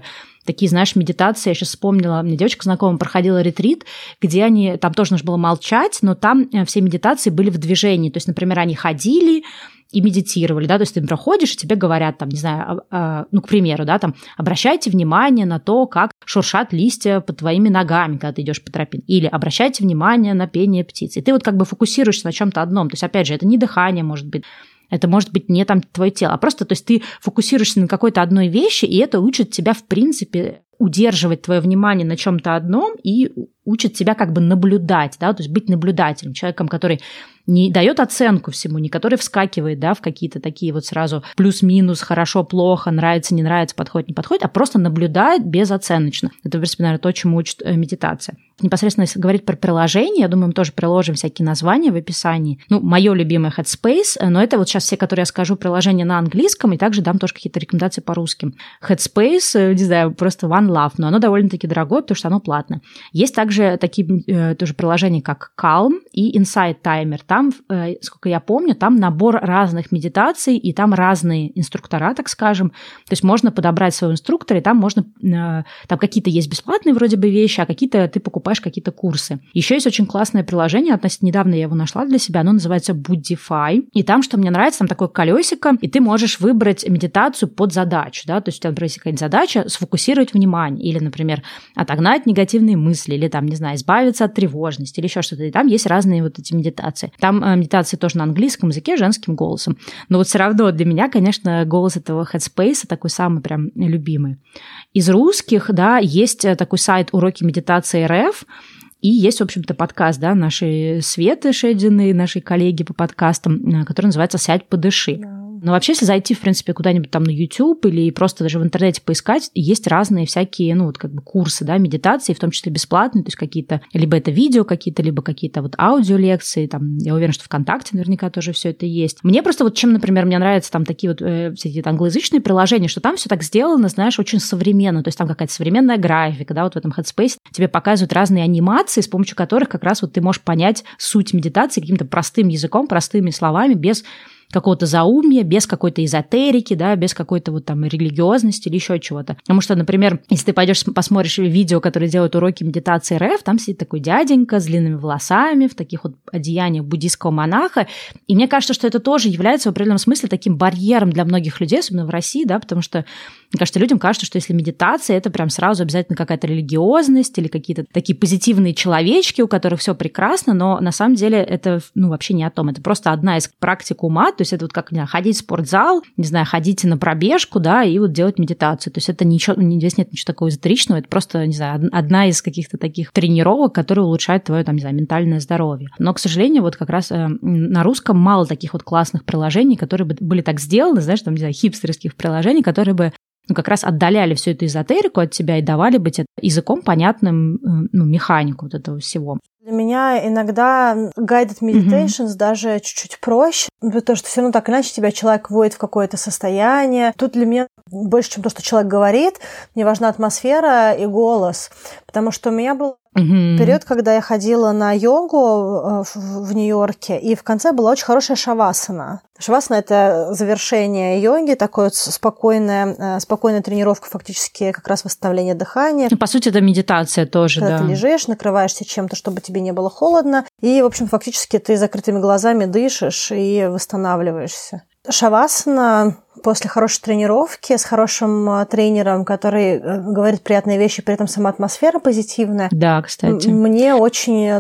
такие, знаешь, медитации. Я сейчас вспомнила, мне девочка знакомая проходила ретрит, где там тоже нужно было молчать, но там все медитации были в движении. То есть, например, они ходили и медитировали, да, то есть ты проходишь, и тебе говорят, там, не знаю, к примеру, да, там, обращайте внимание на то, как шуршат листья под твоими ногами, когда ты идешь по тропинке, или обращайте внимание на пение птиц. И ты вот как бы фокусируешься на чем-то одном. То есть, опять же, это не дыхание, может быть, это может быть не там твое тело, а просто, то есть ты фокусируешься на какой-то одной вещи, и это учит тебя, в принципе, удерживать твое внимание на чем-то одном и учит тебя как бы наблюдать, да, то есть быть наблюдателем, человеком, который не дает оценку всему, не который вскакивает, да, в какие-то такие вот сразу плюс-минус, хорошо, плохо, нравится, не нравится, подходит, не подходит, а просто наблюдает безоценочно. Это, в принципе, наверное, то, чему учит медитация. Непосредственно, если говорить про приложение, я думаю, мы тоже приложим всякие названия в описании. Ну, мое любимое Headspace, но это вот сейчас все, которые я скажу, приложения на английском, и также дам тоже какие-то рекомендации по русским. Headspace, не знаю, просто One Love, но оно довольно-таки дорогое, потому что оно платное. Есть также такие тоже приложения, как Calm и Insight Timer. Там, сколько я помню, там набор разных медитаций, и там разные инструктора, так скажем. То есть можно подобрать своего инструктора, и там можно... Там какие-то есть бесплатные вроде бы вещи, а какие-то ты покупаешь какие-то курсы. Еще есть очень классное приложение, относительно недавно я его нашла для себя, оно называется Buddhify. И там, что мне нравится, там такое колесико, и ты можешь выбрать медитацию под задачу, да, то есть у тебя, например, есть какая-нибудь задача, сфокусировать внимание, или, например, отогнать негативные мысли, или там, не знаю, избавиться от тревожности, или еще что-то. И там есть разные вот эти медитации. Там медитации тоже на английском языке, женским голосом. Но вот все равно для меня, конечно, голос этого Headspace такой самый прям любимый. Из русских, да, есть такой сайт «Уроки медитации РФ», и есть, в общем-то, подкаст, да, нашей Светы Шединой, нашей коллеги по подкастам, который называется «Сядь, подыши». Но вообще, если зайти, в принципе, куда-нибудь там на YouTube или просто даже в интернете поискать, есть разные всякие, ну, вот как бы курсы, да, медитации, в том числе бесплатные, то есть какие-то, либо это видео какие-то, либо какие-то вот аудиолекции, там, я уверена, что ВКонтакте наверняка тоже все это есть. Мне просто вот чем, например, мне нравятся там такие вот всякие англоязычные приложения, что там все так сделано, знаешь, очень современно, то есть там какая-то современная графика, да, вот в этом Headspace тебе показывают разные анимации, с помощью которых как раз вот ты можешь понять суть медитации каким-то простым языком, простыми словами, без какого-то заумия, без какой-то эзотерики, да, без какой-то вот там религиозности или еще чего-то. Потому что, например, если ты пойдешь посмотришь видео, которые делают уроки медитации РФ, там сидит такой дяденька с длинными волосами, в таких вот одеяниях буддийского монаха. И мне кажется, что это тоже является в определенном смысле таким барьером для многих людей, особенно в России, да, потому что, мне кажется, людям кажется, что если медитация, это прям сразу обязательно какая-то религиозность или какие-то такие позитивные человечки, у которых все прекрасно, но на самом деле это, ну, вообще не о том. Это просто одна из практик ума, то есть это вот как, не знаю, ходить в спортзал, не знаю, ходить на пробежку, да, и вот делать медитацию. То есть это ничего, здесь нет ничего такого эзотеричного, это просто, не знаю, одна из каких-то таких тренировок, которые улучшают твое, там, не знаю, ментальное здоровье. Но, к сожалению, вот как раз на русском мало таких вот классных приложений, которые бы были так сделаны, знаешь, там, не знаю, хипстерских приложений, которые бы как раз отдаляли всю эту эзотерику от тебя и давали бы тебе языком понятным, ну, механику вот этого всего. Для меня иногда guided meditations даже чуть-чуть проще, потому что все равно так иначе тебя человек вводит в какое-то состояние. Тут для меня больше, чем то, что человек говорит, мне важна атмосфера и голос, потому что у меня был период, когда я ходила на йогу в Нью-Йорке, и в конце была очень хорошая шавасана. Шавасана – это завершение йоги, такое спокойная тренировка, фактически как раз восстановление дыхания. По сути, это медитация тоже, когда да. Ты лежишь, накрываешься чем-то, чтобы тебе не было холодно, и, в общем, фактически ты закрытыми глазами дышишь и восстанавливаешься. Шавасана после хорошей тренировки с хорошим тренером, который говорит приятные вещи, при этом сама атмосфера позитивная. Да, кстати. Мне очень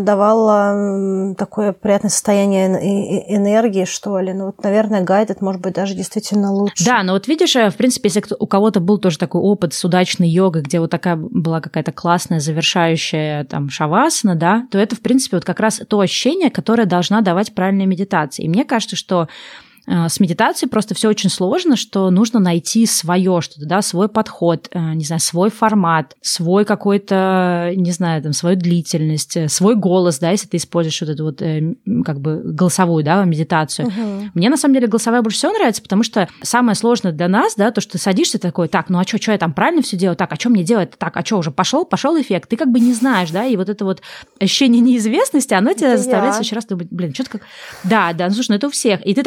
давало такое приятное состояние энергии, что ли. Ну вот, наверное, гайдед может быть даже действительно лучше. Да, но вот видишь, в принципе, если у кого-то был тоже такой опыт с удачной йогой, где вот такая была какая-то классная завершающая там шавасана, да, то это, в принципе, вот как раз то ощущение, которое должна давать правильная медитация. И мне кажется, что с медитацией просто все очень сложно, что нужно найти свое что-то, да, свой подход, не знаю, свой формат, свой какой-то, не знаю, там, свою длительность, свой голос, да, если ты используешь вот эту вот как бы голосовую, да, медитацию. Мне, на самом деле, голосовая больше всего нравится, потому что самое сложное для нас, да, то, что ты садишься такой, так, ну а что я там правильно все делаю, так, а что мне делать, так, а что уже пошел эффект, ты как бы не знаешь, да, и вот это вот ощущение неизвестности, оно тебя заставляет в следующий раз думать, блин, что-то как... Да, ну слушай, ну это у всех, и ты такой думаешь,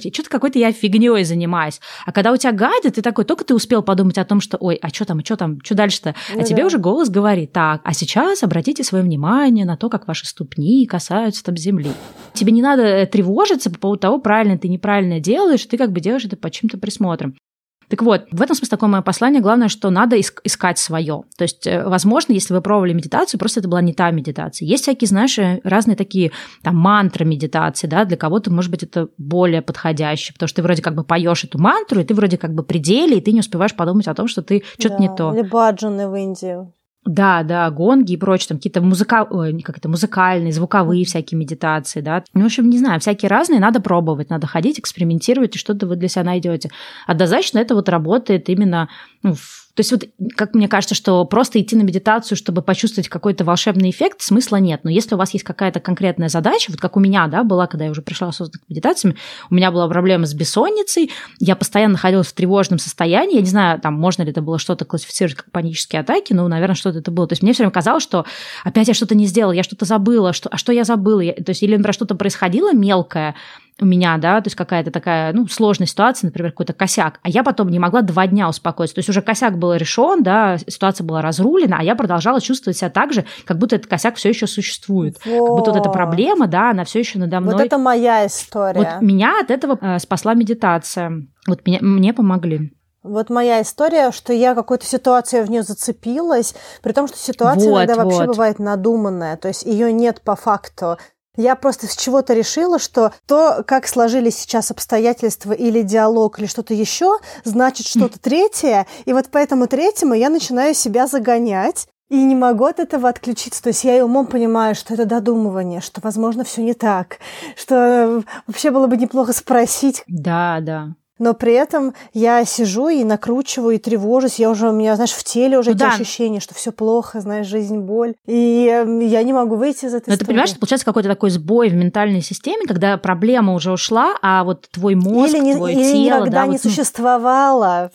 что-то какой-то я фигней занимаюсь. А когда у тебя гайды, ты такой, только ты успел подумать о том, что, ой, а что дальше-то? А тебе уже голос говорит, так, а сейчас обратите свое внимание на то, как ваши ступни касаются там земли. Тебе не надо тревожиться по поводу того, правильно ты, неправильно делаешь, ты как бы делаешь это под чьим-то присмотром. Так вот, в этом смысле такое мое послание. Главное, что надо искать свое. То есть, возможно, если вы пробовали медитацию, просто это была не та медитация. Есть всякие, знаешь, разные такие там мантры медитации, да, для кого-то, может быть, это более подходящее, потому что ты вроде как бы поешь эту мантру, и ты вроде как бы при деле, и ты не успеваешь подумать о том, что ты что-то не то. Или баджаны в Индии. Да, гонги и прочее, там какие-то музыкальные, звуковые всякие медитации, да. Ну, в общем, не знаю, всякие разные, надо пробовать, надо ходить, экспериментировать, и что-то вы для себя найдете. Однозначно это вот работает именно, то есть вот, как мне кажется, что просто идти на медитацию, чтобы почувствовать какой-то волшебный эффект, смысла нет. Но если у вас есть какая-то конкретная задача, вот как у меня, да, была, когда я уже пришла осознанно к медитациям, у меня была проблема с бессонницей, я постоянно находилась в тревожном состоянии, я не знаю, там, можно ли это было что-то классифицировать как панические атаки, но, наверное, что-то это было. То есть мне все время казалось, что опять я что-то не сделала, я что-то забыла, что я забыла? То есть или, например, что-то происходило мелкое, у меня, да, то есть какая-то такая, сложная ситуация, например, какой-то косяк, а я потом не могла 2 дня успокоиться. То есть уже косяк был решен, да, ситуация была разрулена, а я продолжала чувствовать себя так же, как будто этот косяк все еще существует. Как будто вот эта проблема, да, она все еще надо мной. Вот это моя история. Вот меня от этого спасла медитация. Вот мне помогли. Вот моя история, что я какой-то ситуацией в нее зацепилась, при том, что ситуация иногда вообще бывает надуманная, то есть ее нет по факту. Я просто с чего-то решила, что то, как сложились сейчас обстоятельства или диалог, или что-то еще, значит что-то третье, и вот по этому третьему я начинаю себя загонять, и не могу от этого отключиться. То есть я и умом понимаю, что это додумывание, что, возможно, все не так, что вообще было бы неплохо спросить. Да. Но при этом я сижу и накручиваю, и тревожусь. У меня, знаешь, в теле уже эти ощущения, что все плохо, знаешь, жизнь, боль. И я не могу выйти из этой истории. Ты понимаешь, что получается какой-то такой сбой в ментальной системе, когда проблема уже ушла, а вот твой мозг, твое тело... Или никогда не существовало.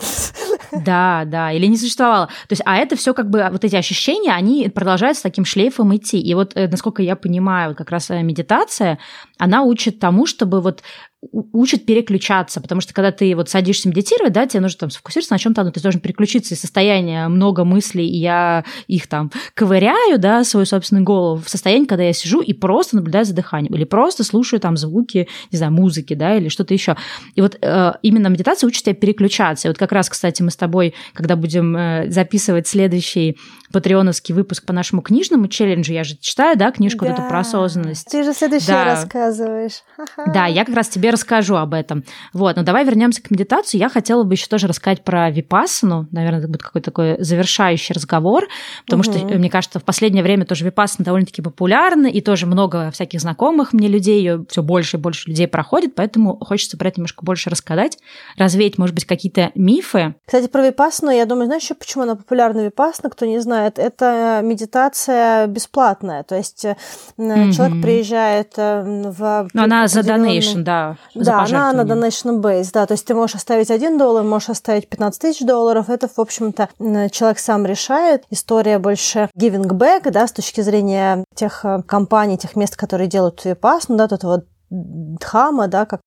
Да, или не существовало. То есть, а это все как бы, вот эти ощущения, они продолжают с таким шлейфом идти. И вот, насколько я понимаю, как раз медитация, она учит тому, чтобы вот учит переключаться, потому что когда ты вот садишься медитировать, да, тебе нужно там сфокусироваться на чем-то, но ты должен переключиться из состояния много мыслей, и я их там ковыряю, да, свою собственную голову, в состояние, когда я сижу и просто наблюдаю за дыханием, или просто слушаю там звуки, не знаю, музыки, да, или что-то еще. И вот именно медитация учит тебя переключаться. И вот как раз, кстати, мы с тобой, когда будем записывать следующий патреоновский выпуск по нашему книжному челленджу, я же читаю, да, книжку вот эту про осознанность. Ты же следующее рассказываешь. Да, я как раз тебе расскажу об этом. Вот, но давай вернемся к медитации. Я хотела бы еще тоже рассказать про випассану. Наверное, это будет какой-то такой завершающий разговор, потому что, мне кажется, в последнее время тоже випассана довольно-таки популярна, и тоже много всяких знакомых мне людей, ее все больше и больше людей проходит, поэтому хочется про это немножко больше рассказать, развеять, может быть, какие-то мифы. Кстати, про випассану, я думаю, знаешь еще, почему она популярна, випассана, кто не знает, это медитация бесплатная, то есть человек приезжает в... Но она за donation, да. Да, она на donation base, да, то есть ты можешь оставить $1, можешь оставить $15 000, это, в общем-то, человек сам решает. История больше giving back, да, с точки зрения тех компаний, тех мест, которые делают випассану, да, тут вот дхама, да, как...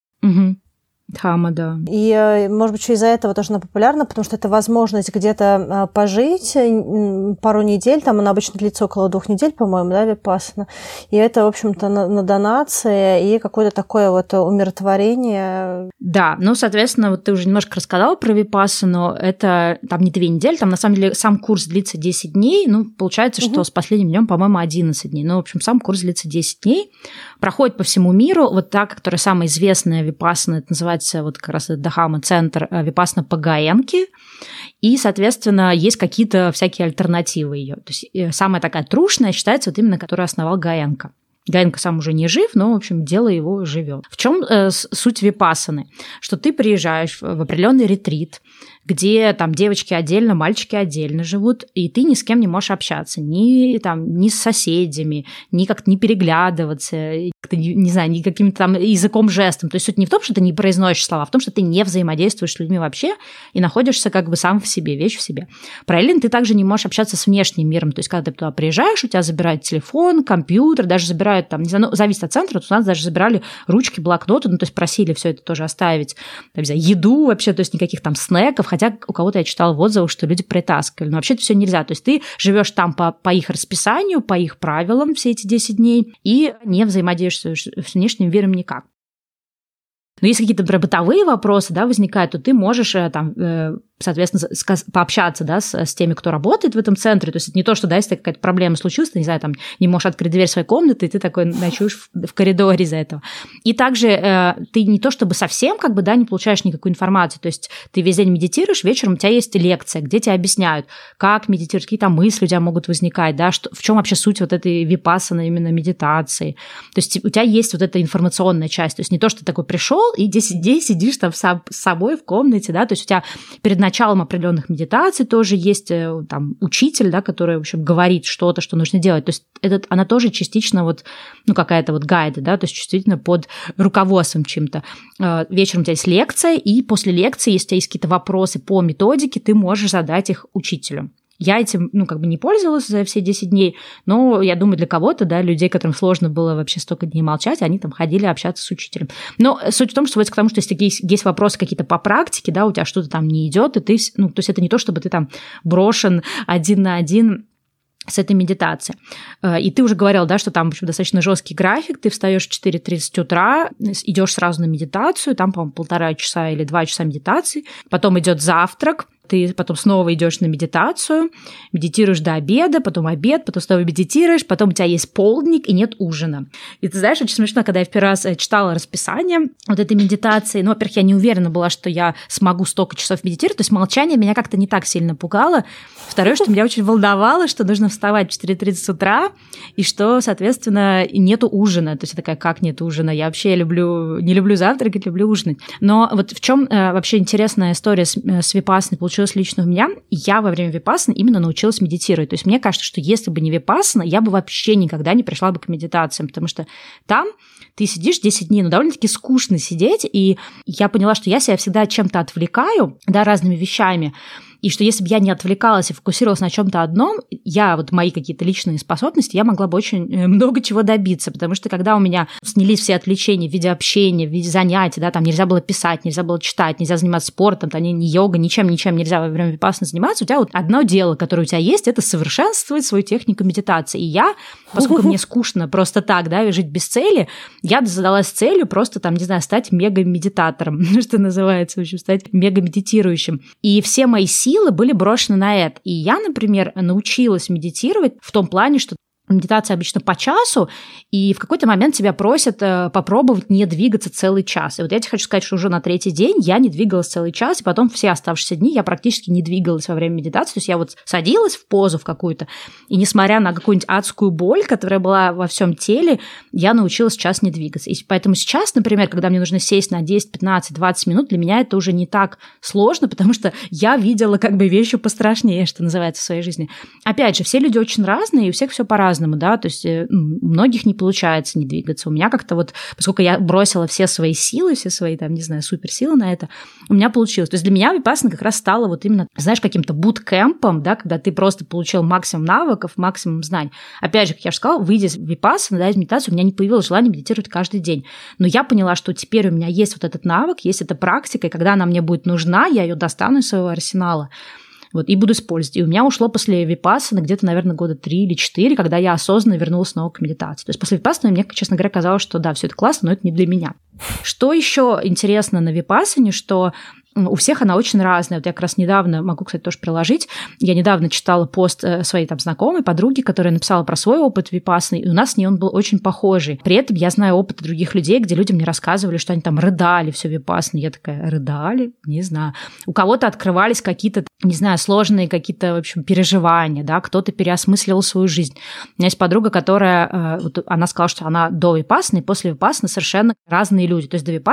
Дхама, да. И, может быть, еще из-за этого тоже она популярна, потому что это возможность где-то пожить пару недель, там она обычно длится около 2 недель, по-моему, да, випассана. И это, в общем-то, на донации и какое-то такое вот умиротворение. Да, соответственно, вот ты уже немножко рассказала про випассану, это там не 2 недели, там на самом деле сам курс длится 10 дней, получается, что с последним днем, по-моему, 11 дней. В общем, сам курс длится 10 дней, проходит по всему миру. Вот та, которая самая известная випассана, это называется вот как раз Дхамма-центр випассана по Гаенке, и, соответственно, есть какие-то всякие альтернативы ее. То есть самая такая трушная считается вот именно, которую основал Гаенка. Гаенка сам уже не жив, но, в общем, дело его живет. В чем суть випассаны? Что ты приезжаешь в определенный ретрит, где там девочки отдельно, мальчики отдельно живут, и ты ни с кем не можешь общаться, ни с соседями, ни как-то не переглядываться, не знаю, ни каким-то там языком, жестом. То есть суть не в том, что ты не произносишь слова, а в том, что ты не взаимодействуешь с людьми вообще и находишься как бы сам в себе, вещь в себе. Параллельно ты также не можешь общаться с внешним миром. То есть когда ты туда приезжаешь, у тебя забирают телефон, компьютер, даже забирают там, не знаю, ну, зависит от центра, у нас даже забирали ручки, блокноты, ну, то есть просили все это тоже оставить, там, не знаю, еду вообще, то есть никаких там снеков, хотя у кого-то я читала в отзывах, что люди притаскивали, но вообще это все нельзя, то есть ты живешь там по их расписанию, по их правилам все эти 10 дней и не взаимодействуешь с внешним миром никак. Но если какие-то бытовые вопросы, да, возникают, то ты можешь там, соответственно, пообщаться, да, с теми, кто работает в этом центре. То есть это не то, что, да, если какая-то проблема случилась, ты, не знаю, там, не можешь открыть дверь своей комнаты, и ты такой ночуешь в коридоре из-за этого. И также ты не то чтобы совсем, как бы, да, не получаешь никакую информацию. То есть ты весь день медитируешь, вечером у тебя есть лекция, где тебе объясняют, как медитировать, какие там мысли у тебя могут возникать, да, в чем вообще суть вот этой випассаны именно медитации. То есть у тебя есть вот эта информационная часть. То есть не то, что ты такой пришел и 10 дней сидишь там с собой в комнате, да, то есть у тебя перед началом определенных медитаций тоже есть там учитель, да, который, в общем, говорит что-то, что нужно делать. То есть она тоже частично вот, ну, какая-то вот гайда, да, то есть действительно под руководством чем-то. Вечером у тебя есть лекция, и после лекции, если у тебя есть какие-то вопросы по методике, ты можешь задать их учителю. Я этим, ну, как бы не пользовалась за все 10 дней, но я думаю, для кого-то, да, людей, которым сложно было вообще столько дней молчать, они там ходили общаться с учителем. Но суть в том, что к тому, что если есть вопросы какие-то по практике, да, у тебя что-то там не идет, и ты, ну, то есть это не то, чтобы ты там брошен один на один с этой медитацией. И ты уже говорил, да, что там, в общем, достаточно жесткий график, ты встаешь в 4:30 утра, идешь сразу на медитацию, там, по-моему, 1,5 часа или 2 часа медитации, потом идет завтрак, ты потом снова идешь на медитацию, медитируешь до обеда, потом обед, потом снова медитируешь, потом у тебя есть полдник и нет ужина. И ты знаешь, очень смешно, когда я в первый раз читала расписание вот этой медитации, ну, во-первых, я не уверена была, что я смогу столько часов медитировать, то есть молчание меня как-то не так сильно пугало. Второе, что меня очень волновало, что нужно вставать в 4:30 утра, и что, соответственно, нету ужина. То есть я такая, как нет ужина? Я вообще не люблю завтракать, люблю ужинать. Но вот в чем вообще интересная история с випассаной получилась лично у меня, я во время випассаны именно научилась медитировать. То есть мне кажется, что если бы не випассана, я бы вообще никогда не пришла бы к медитациям, потому что там ты сидишь 10 дней, ну, довольно-таки скучно сидеть, и я поняла, что я себя всегда чем-то отвлекаю, да, разными вещами, и что если бы я не отвлекалась и фокусировалась на чем-то одном, мои какие-то личные способности, я могла бы очень много чего добиться, потому что когда у меня снялись все отвлечения в виде общения, в виде занятий, да, там нельзя было писать, нельзя было читать, нельзя заниматься спортом, там ни йога, ничем нельзя во время випассаны заниматься, у тебя вот одно дело, которое у тебя есть, это совершенствовать свою технику медитации. И я, поскольку мне скучно просто так, да, жить без цели, я задалась целью просто там, не знаю, стать мега-медитатором, что называется, в общем, стать мега-медитирующим. И все мои силы были брошены на это. И я, например, научилась медитировать в том плане, что медитация обычно по часу, и в какой-то момент тебя просят попробовать не двигаться целый час. И вот я тебе хочу сказать, что уже на 3-й день я не двигалась целый час, и потом все оставшиеся дни я практически не двигалась во время медитации. То есть я вот садилась в позу в какую-то, и несмотря на какую-нибудь адскую боль, которая была во всем теле, я научилась час не двигаться. И поэтому сейчас, например, когда мне нужно сесть на 10, 15, 20 минут, для меня это уже не так сложно, потому что я видела как бы вещи пострашнее, что называется, в своей жизни. Опять же, все люди очень разные, и у всех все по-разному. Да, то есть у многих не получается не двигаться. У меня как-то вот, поскольку я бросила все свои силы, все свои, там, не знаю, суперсилы на это, у меня получилось. То есть для меня випассана как раз стала вот именно, знаешь, каким-то буткемпом, да, когда ты просто получил максимум навыков, максимум знаний. Опять же, как я уже сказала, выйдя из випассаны, да, из медитации, у меня не появилось желания медитировать каждый день. Но я поняла, что теперь у меня есть вот этот навык, есть эта практика, и когда она мне будет нужна, я ее достану из своего арсенала. Вот, и буду использовать. И у меня ушло после випассаны где-то, наверное, года 3 или 4, когда я осознанно вернулась снова к медитации. То есть после випассаны мне, честно говоря, казалось, что да, все это классно, но это не для меня. Что еще интересно на випассане, что у всех она очень разная. Вот я как раз недавно, могу, кстати, тоже приложить, я недавно читала пост своей там знакомой, подруги, которая написала про свой опыт випассаны, и у нас с ней он был очень похожий. При этом я знаю опыт других людей, где люди мне рассказывали, что они там рыдали все випассаны. Я такая, рыдали? Не знаю. У кого-то открывались какие-то, не знаю, сложные какие-то, в общем, переживания, да, кто-то переосмысливал свою жизнь. У меня есть подруга, которая, вот она сказала, что она до випассаны и после випассаны совершенно разные люди. То есть до випассаны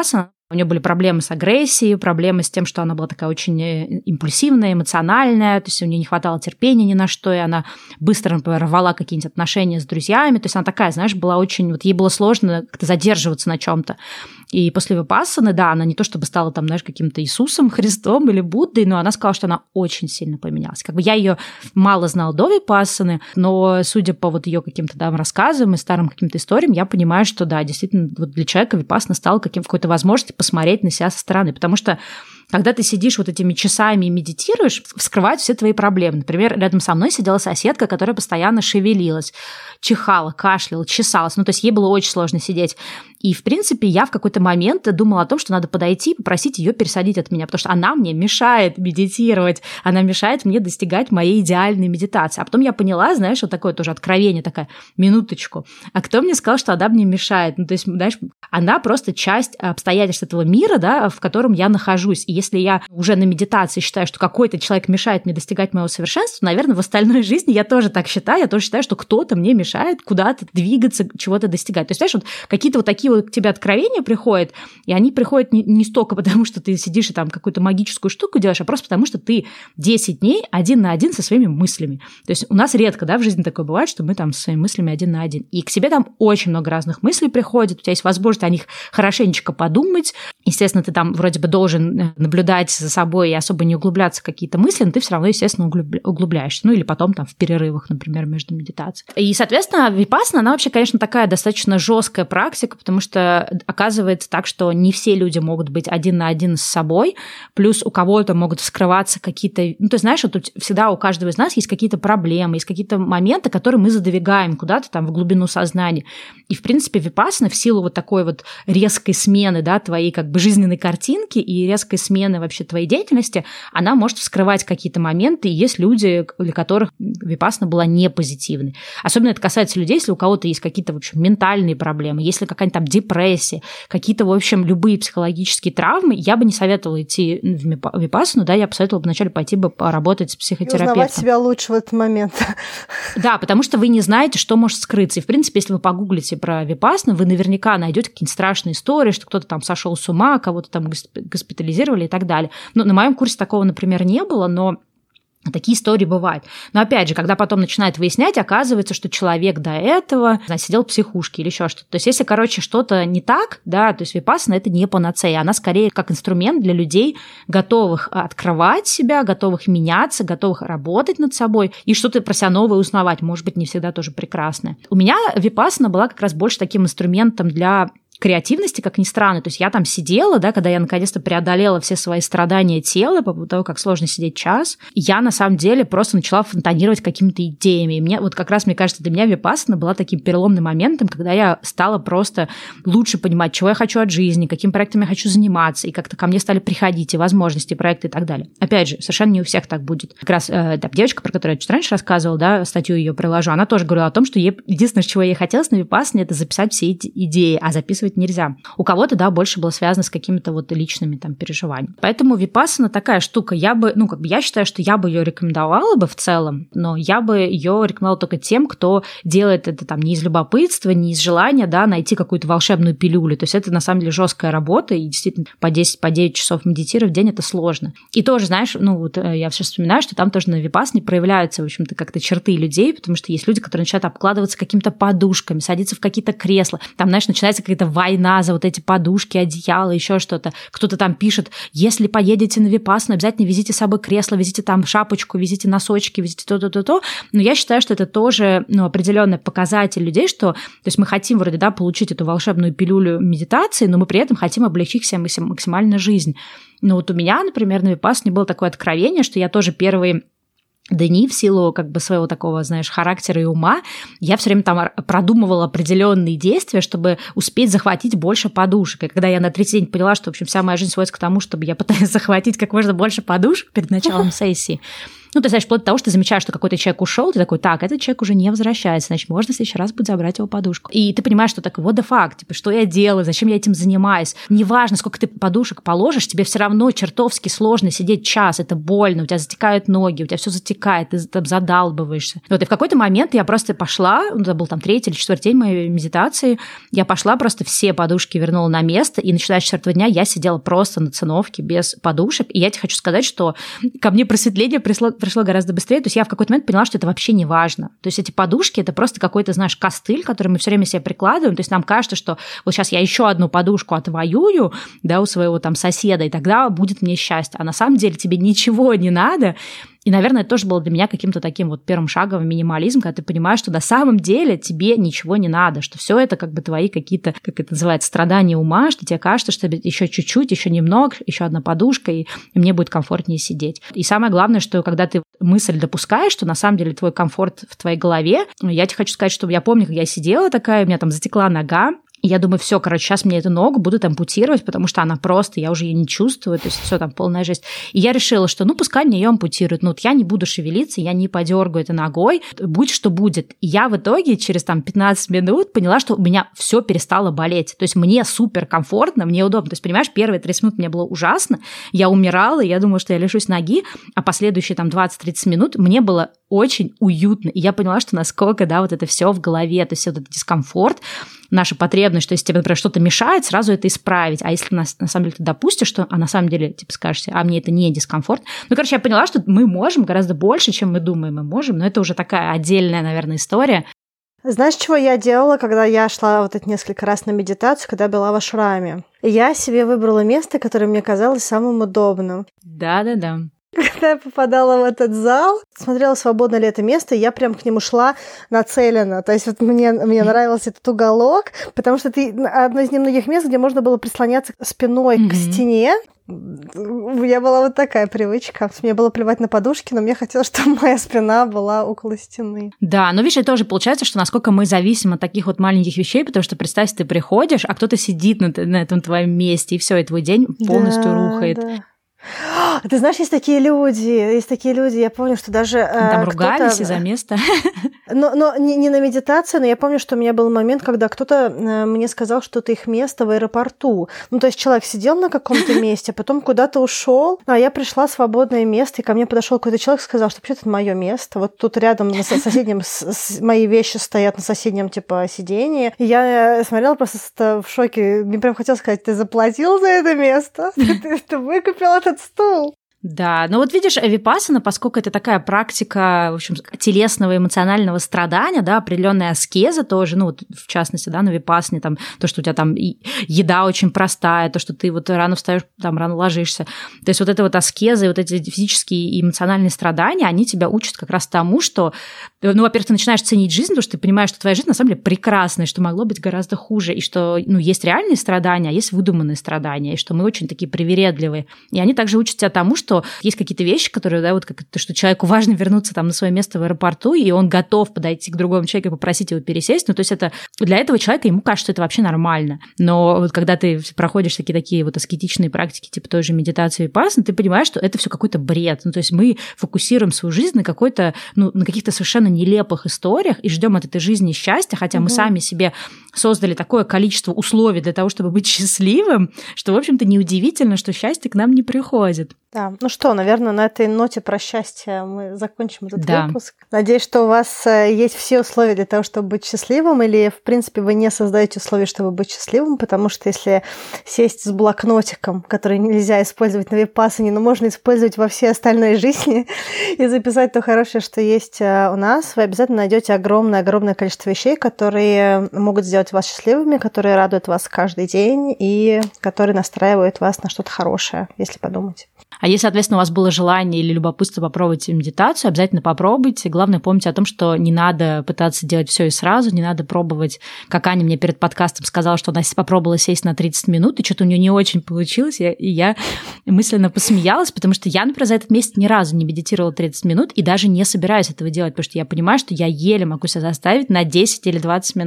У нее были проблемы с агрессией, проблемы с тем, что она была такая очень импульсивная, эмоциональная, то есть у нее не хватало терпения ни на что, и она быстро, например, рвала какие-нибудь отношения с друзьями. То есть она такая, знаешь, была очень... Вот ей было сложно как-то задерживаться на чем-то. И после випассаны, да, она не то чтобы стала там, знаешь, каким-то Иисусом, Христом или Буддой, но она сказала, что она очень сильно поменялась. Как бы я ее мало знала до випассаны, но судя по вот ее каким-то там рассказам и старым каким-то историям, я понимаю, что да, действительно, вот для человека випассана стала какой-то возможностью посмотреть на себя со стороны, потому что когда ты сидишь вот этими часами и медитируешь, вскрывают все твои проблемы. Например, рядом со мной сидела соседка, которая постоянно шевелилась, чихала, кашляла, чесалась. Ну, то есть ей было очень сложно сидеть. И, в принципе, я в какой-то момент думала о том, что надо подойти и попросить ее пересадить от меня, потому что она мне мешает медитировать, она мешает мне достигать моей идеальной медитации. А потом я поняла, знаешь, вот такое тоже откровение, такая, минуточку. А кто мне сказал, что она мне мешает? Ну, то есть, знаешь, она просто часть обстоятельств этого мира, да, в котором я нахожусь. И если я уже на медитации считаю, что какой-то человек мешает мне достигать моего совершенства, наверное, в остальной жизни я тоже так считаю, я тоже считаю, что кто-то мне мешает куда-то двигаться, чего-то достигать. То есть, знаешь, вот какие-то вот такие вот к тебе откровения приходят, и они приходят не столько потому, что ты сидишь и там какую-то магическую штуку делаешь, а просто потому, что ты 10 дней один на один со своими мыслями. То есть у нас редко, да, в жизни такое бывает, что мы там со своими мыслями один на один. И к себе там очень много разных мыслей приходит, у тебя есть возможность о них хорошенечко подумать. Естественно, ты там вроде бы должен наблюдать за собой и особо не углубляться в какие-то мысли, но ты все равно, естественно, углубляешься. Ну или потом там в перерывах, например, между медитацией. И, соответственно, випассана, она вообще, конечно, такая достаточно жесткая практика, потому что оказывается так, что не все люди могут быть один на один с собой, плюс у кого-то могут вскрываться какие-то... Ну, ты знаешь, вот всегда у каждого из нас есть какие-то проблемы, есть какие-то моменты, которые мы задвигаем куда-то там в глубину сознания. И, в принципе, випассана в силу вот такой вот резкой смены, да, твоей как бы жизненной картинки и резкой смены вообще твоей деятельности, она может вскрывать какие-то моменты, и есть люди, для которых випассана была не позитивной. Особенно это касается людей, если у кого-то есть какие-то, в общем, ментальные проблемы, если какая-нибудь там депрессия, какие-то, в общем, любые психологические травмы, я бы не советовала идти в випассану, да, я бы советовала вначале пойти бы поработать с психотерапевтом. И узнавать себя лучше в этот момент. Да, потому что вы не знаете, что может скрыться. И, в принципе, если вы погуглите про випассану, вы наверняка найдете какие-нибудь страшные истории, что кто-то там сошел с ума, кого-то там госпитализировали и так далее. Ну, на моем курсе такого, например, не было, но такие истории бывают. Но опять же, когда потом начинают выяснять, оказывается, что человек до этого, знаете, сидел в психушке или еще что-то. То есть, если, короче, что-то не так, да, то есть випассана – это не панацея, она скорее как инструмент для людей, готовых открывать себя, готовых меняться, готовых работать над собой и что-то про себя новое узнавать, может быть, не всегда тоже прекрасное. У меня випассана была как раз больше таким инструментом для креативности, как ни странно. То есть я там сидела, да, когда я наконец-то преодолела все свои страдания тела по поводу того, как сложно сидеть час, я на самом деле просто начала фонтанировать какими-то идеями. И мне вот как раз, мне кажется, для меня випассана была таким переломным моментом, когда я стала просто лучше понимать, чего я хочу от жизни, каким проектом я хочу заниматься, и как-то ко мне стали приходить и возможности, и проекты и так далее. Опять же, совершенно не у всех так будет. Как раз там, девочка, про которую я чуть раньше рассказывала, да, статью ее приложу, она тоже говорила о том, что единственное, чего ей хотелось на випассане, это записать все эти идеи, а записывать нельзя. У кого-то, да, больше было связано с какими-то вот личными там переживаниями. Поэтому випассана такая штука. Я считаю, что я бы ее рекомендовала бы в целом, но я бы ее рекомендовала только тем, кто делает это там не из любопытства, не из желания, да, найти какую-то волшебную пилюлю. То есть это на самом деле жесткая работа, и действительно по 10-9 часов медитировать в день это сложно. И тоже, знаешь, ну вот я сейчас вспоминаю, что там тоже на випассане проявляются, в общем-то, как-то черты людей, потому что есть люди, которые начинают обкладываться какими-то подушками, садиться в какие-то кресла. Там, знаешь, начинается какая-то война за вот эти подушки, одеяла, еще что-то. Кто-то там пишет, если поедете на випассану, обязательно везите с собой кресло, везите там шапочку, везите носочки, везите то-то. Но я считаю, что это тоже определенный показатель людей, что, то есть мы хотим вроде, да, получить эту волшебную пилюлю медитации, но мы при этом хотим облегчить себе максимально жизнь. Но вот у меня, например, на випассане было такое откровение, что я тоже первые дни в силу как бы своего такого, знаешь, характера и ума, я все время там продумывала определенные действия, чтобы успеть захватить больше подушек. И когда я на третий день поняла, что, в общем, вся моя жизнь сводится к тому, чтобы я пытаюсь захватить как можно больше подушек перед началом сессии, Ну, ты знаешь, вплоть до того, что ты замечаешь, что какой-то человек ушел, ты такой, так, этот человек уже не возвращается, значит, можно в следующий раз будет забрать его подушку. И ты понимаешь, что так, what the fuck, типа, что я делаю, зачем я этим занимаюсь. Неважно, сколько ты подушек положишь, тебе все равно чертовски сложно сидеть час, это больно, у тебя затекают ноги, у тебя все затекает, ты там задалбываешься. Вот, и в какой-то момент я просто пошла, это был там 3-й или 4-й день моей медитации, я пошла, просто все подушки вернула на место, и начиная с 4-го дня я сидела просто на циновке без подушек, и я тебе хочу сказать, что ко мне просветление пришло гораздо быстрее, то есть я в какой-то момент поняла, что это вообще не важно. То есть эти подушки – это просто какой-то, знаешь, костыль, который мы все время себе прикладываем, то есть нам кажется, что вот сейчас я еще одну подушку отвоюю, да, у своего там соседа, и тогда будет мне счастье, а на самом деле тебе ничего не надо. И, наверное, это тоже было для меня каким-то таким вот первым шагом в минимализм, когда ты понимаешь, что на самом деле тебе ничего не надо, что все это как бы твои какие-то, как это называется, страдания ума, что тебе кажется, что еще чуть-чуть, еще немного, еще одна подушка, и мне будет комфортнее сидеть. И самое главное, что когда ты мысль допускаешь, что на самом деле твой комфорт в твоей голове, я тебе хочу сказать, что я помню, как я сидела такая, у меня там затекла нога, и я думаю, все, короче, сейчас мне эту ногу будут ампутировать, потому что она просто, я уже ее не чувствую, то есть все там полная жесть. И я решила, что пускай мне ее ампутируют, вот я не буду шевелиться, я не подергаю это ногой, будь что будет. И я в итоге через там 15 минут поняла, что у меня все перестало болеть. То есть мне супер комфортно, мне удобно. То есть, понимаешь, первые 30 минут мне было ужасно, я умирала, я думала, что я лишусь ноги, а последующие там 20-30 минут мне было очень уютно. И я поняла, что насколько, да, вот это все в голове, то есть вот этот дискомфорт, наша потребность, что если тебе, например, что-то мешает, сразу это исправить. А если на самом деле ты допустишь, что, а на самом деле, типа, скажешься, а мне это не дискомфорт. Короче, я поняла, что мы можем гораздо больше, чем мы думаем, мы можем, но это уже такая отдельная, наверное, история. Знаешь, чего я делала, когда я шла вот эти несколько раз на медитацию, когда была в ашраме? Я себе выбрала место, которое мне казалось самым удобным. Да-да-да. Когда я попадала в этот зал, смотрела, свободно ли это место, и я прям к нему шла нацеленно. То есть вот мне нравился этот уголок, потому что это одно из немногих мест, где можно было прислоняться спиной к стене. У меня была вот такая привычка. Мне было плевать на подушки, но мне хотелось, чтобы моя спина была около стены. Да, но видишь, это тоже получается, что насколько мы зависим от таких вот маленьких вещей, потому что, представь, ты приходишь, а кто-то сидит на этом твоем месте, и все, и твой день полностью рухает. Да. Ты знаешь, есть такие люди, я помню, что даже там ругались из-за места. Но не на медитации, но я помню, что у меня был момент, когда кто-то мне сказал, что это их место в аэропорту. То есть человек сидел на каком-то месте, потом куда-то ушел, а я пришла в свободное место, и ко мне подошел какой-то человек и сказал, что вообще-то это мое место. Вот тут рядом на соседнем мои вещи стоят на соседнем типа сидении. И я смотрела просто в шоке. Мне прям хотелось сказать, ты заплатил за это место? Ты выкупил этот стул? Да, но вот видишь, випассана, поскольку это такая практика, в общем, телесного эмоционального страдания, да, определенная аскеза тоже, вот в частности, да, на випассане, там, то, что у тебя там еда очень простая, то, что ты вот рано встаешь, там, рано ложишься. То есть вот эта вот аскеза и вот эти физические и эмоциональные страдания, они тебя учат как раз тому, что, во-первых, ты начинаешь ценить жизнь, потому что ты понимаешь, что твоя жизнь на самом деле прекрасная, что могло быть гораздо хуже, и что, есть реальные страдания, а есть выдуманные страдания, и что мы очень такие привередливые. И они также учат тебя тому, что есть какие-то вещи, которые, да, вот как то, что человеку важно вернуться там на свое место в аэропорту, и он готов подойти к другому человеку и попросить его пересесть. То есть это для этого человека, ему кажется, что это вообще нормально. Но вот когда ты проходишь такие вот аскетичные практики, типа той же медитации випассаны, ты понимаешь, что это все какой-то бред. То есть мы фокусируем свою жизнь на какой-то, на каких-то совершенно нелепых историях и ждем от этой жизни счастья, хотя мы сами себе создали такое количество условий для того, чтобы быть счастливым, что, в общем-то, неудивительно, что счастье к нам не приходит. Да, что, наверное, на этой ноте про счастье мы закончим этот выпуск. Надеюсь, что у вас есть все условия для того, чтобы быть счастливым, или, в принципе, вы не создаете условия, чтобы быть счастливым, потому что если сесть с блокнотиком, который нельзя использовать на випассане, но можно использовать во всей остальной жизни, и записать то хорошее, что есть у нас, вы обязательно найдете огромное количество вещей, которые могут сделать вас счастливыми, которые радуют вас каждый день и которые настраивают вас на что-то хорошее, если подумать. А если, соответственно, у вас было желание или любопытство попробовать медитацию, обязательно попробуйте. Главное, помните о том, что не надо пытаться делать все и сразу, не надо пробовать, как Аня мне перед подкастом сказала, что она попробовала сесть на 30 минут, и что-то у нее не очень получилось, и я мысленно посмеялась, потому что я, например, за этот месяц ни разу не медитировала 30 минут и даже не собираюсь этого делать, потому что я понимаю, что я еле могу себя заставить на 10 или 20 минут. Это было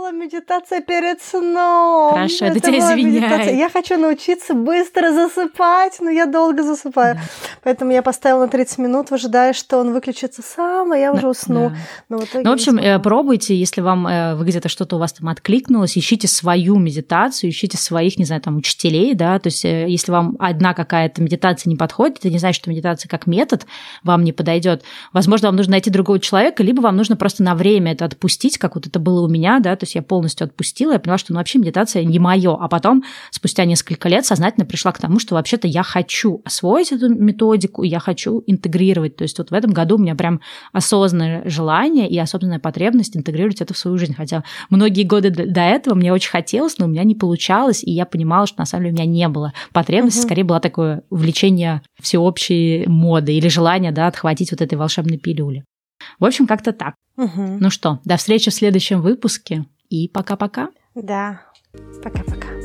была медитация перед сном. Хорошо, это тебя извиняет. Я хочу научиться быстро засыпать, но я долго засыпаю. Да. Поэтому я поставила на 30 минут, ожидая, что он выключится сам, и я уже усну. Да. Но в итоге в общем, пробуйте, если вам вы где-то что-то у вас там откликнулось, ищите свою медитацию, ищите своих, не знаю, там, учителей, да, то есть если вам одна какая-то медитация не подходит, это не значит, что медитация как метод вам не подойдет. Возможно, вам нужно найти другого человека, либо вам нужно просто на время это отпустить, как вот это было у меня, да, то есть я полностью отпустила, я поняла, что вообще медитация не моё, а потом, спустя несколько лет, сознательно пришла к тому, что вообще-то я хочу освоить эту методику, я хочу интегрировать, то есть вот в этом году у меня прям осознанное желание и осознанная потребность интегрировать это в свою жизнь, хотя многие годы до этого мне очень хотелось, но у меня не получалось, и я понимала, что на самом деле у меня не было потребности, скорее было такое увлечение всеобщей моды или желание, да, отхватить вот этой волшебной пилюли. В общем, как-то так. Ну что, до встречи в следующем выпуске и пока-пока. Да, пока-пока.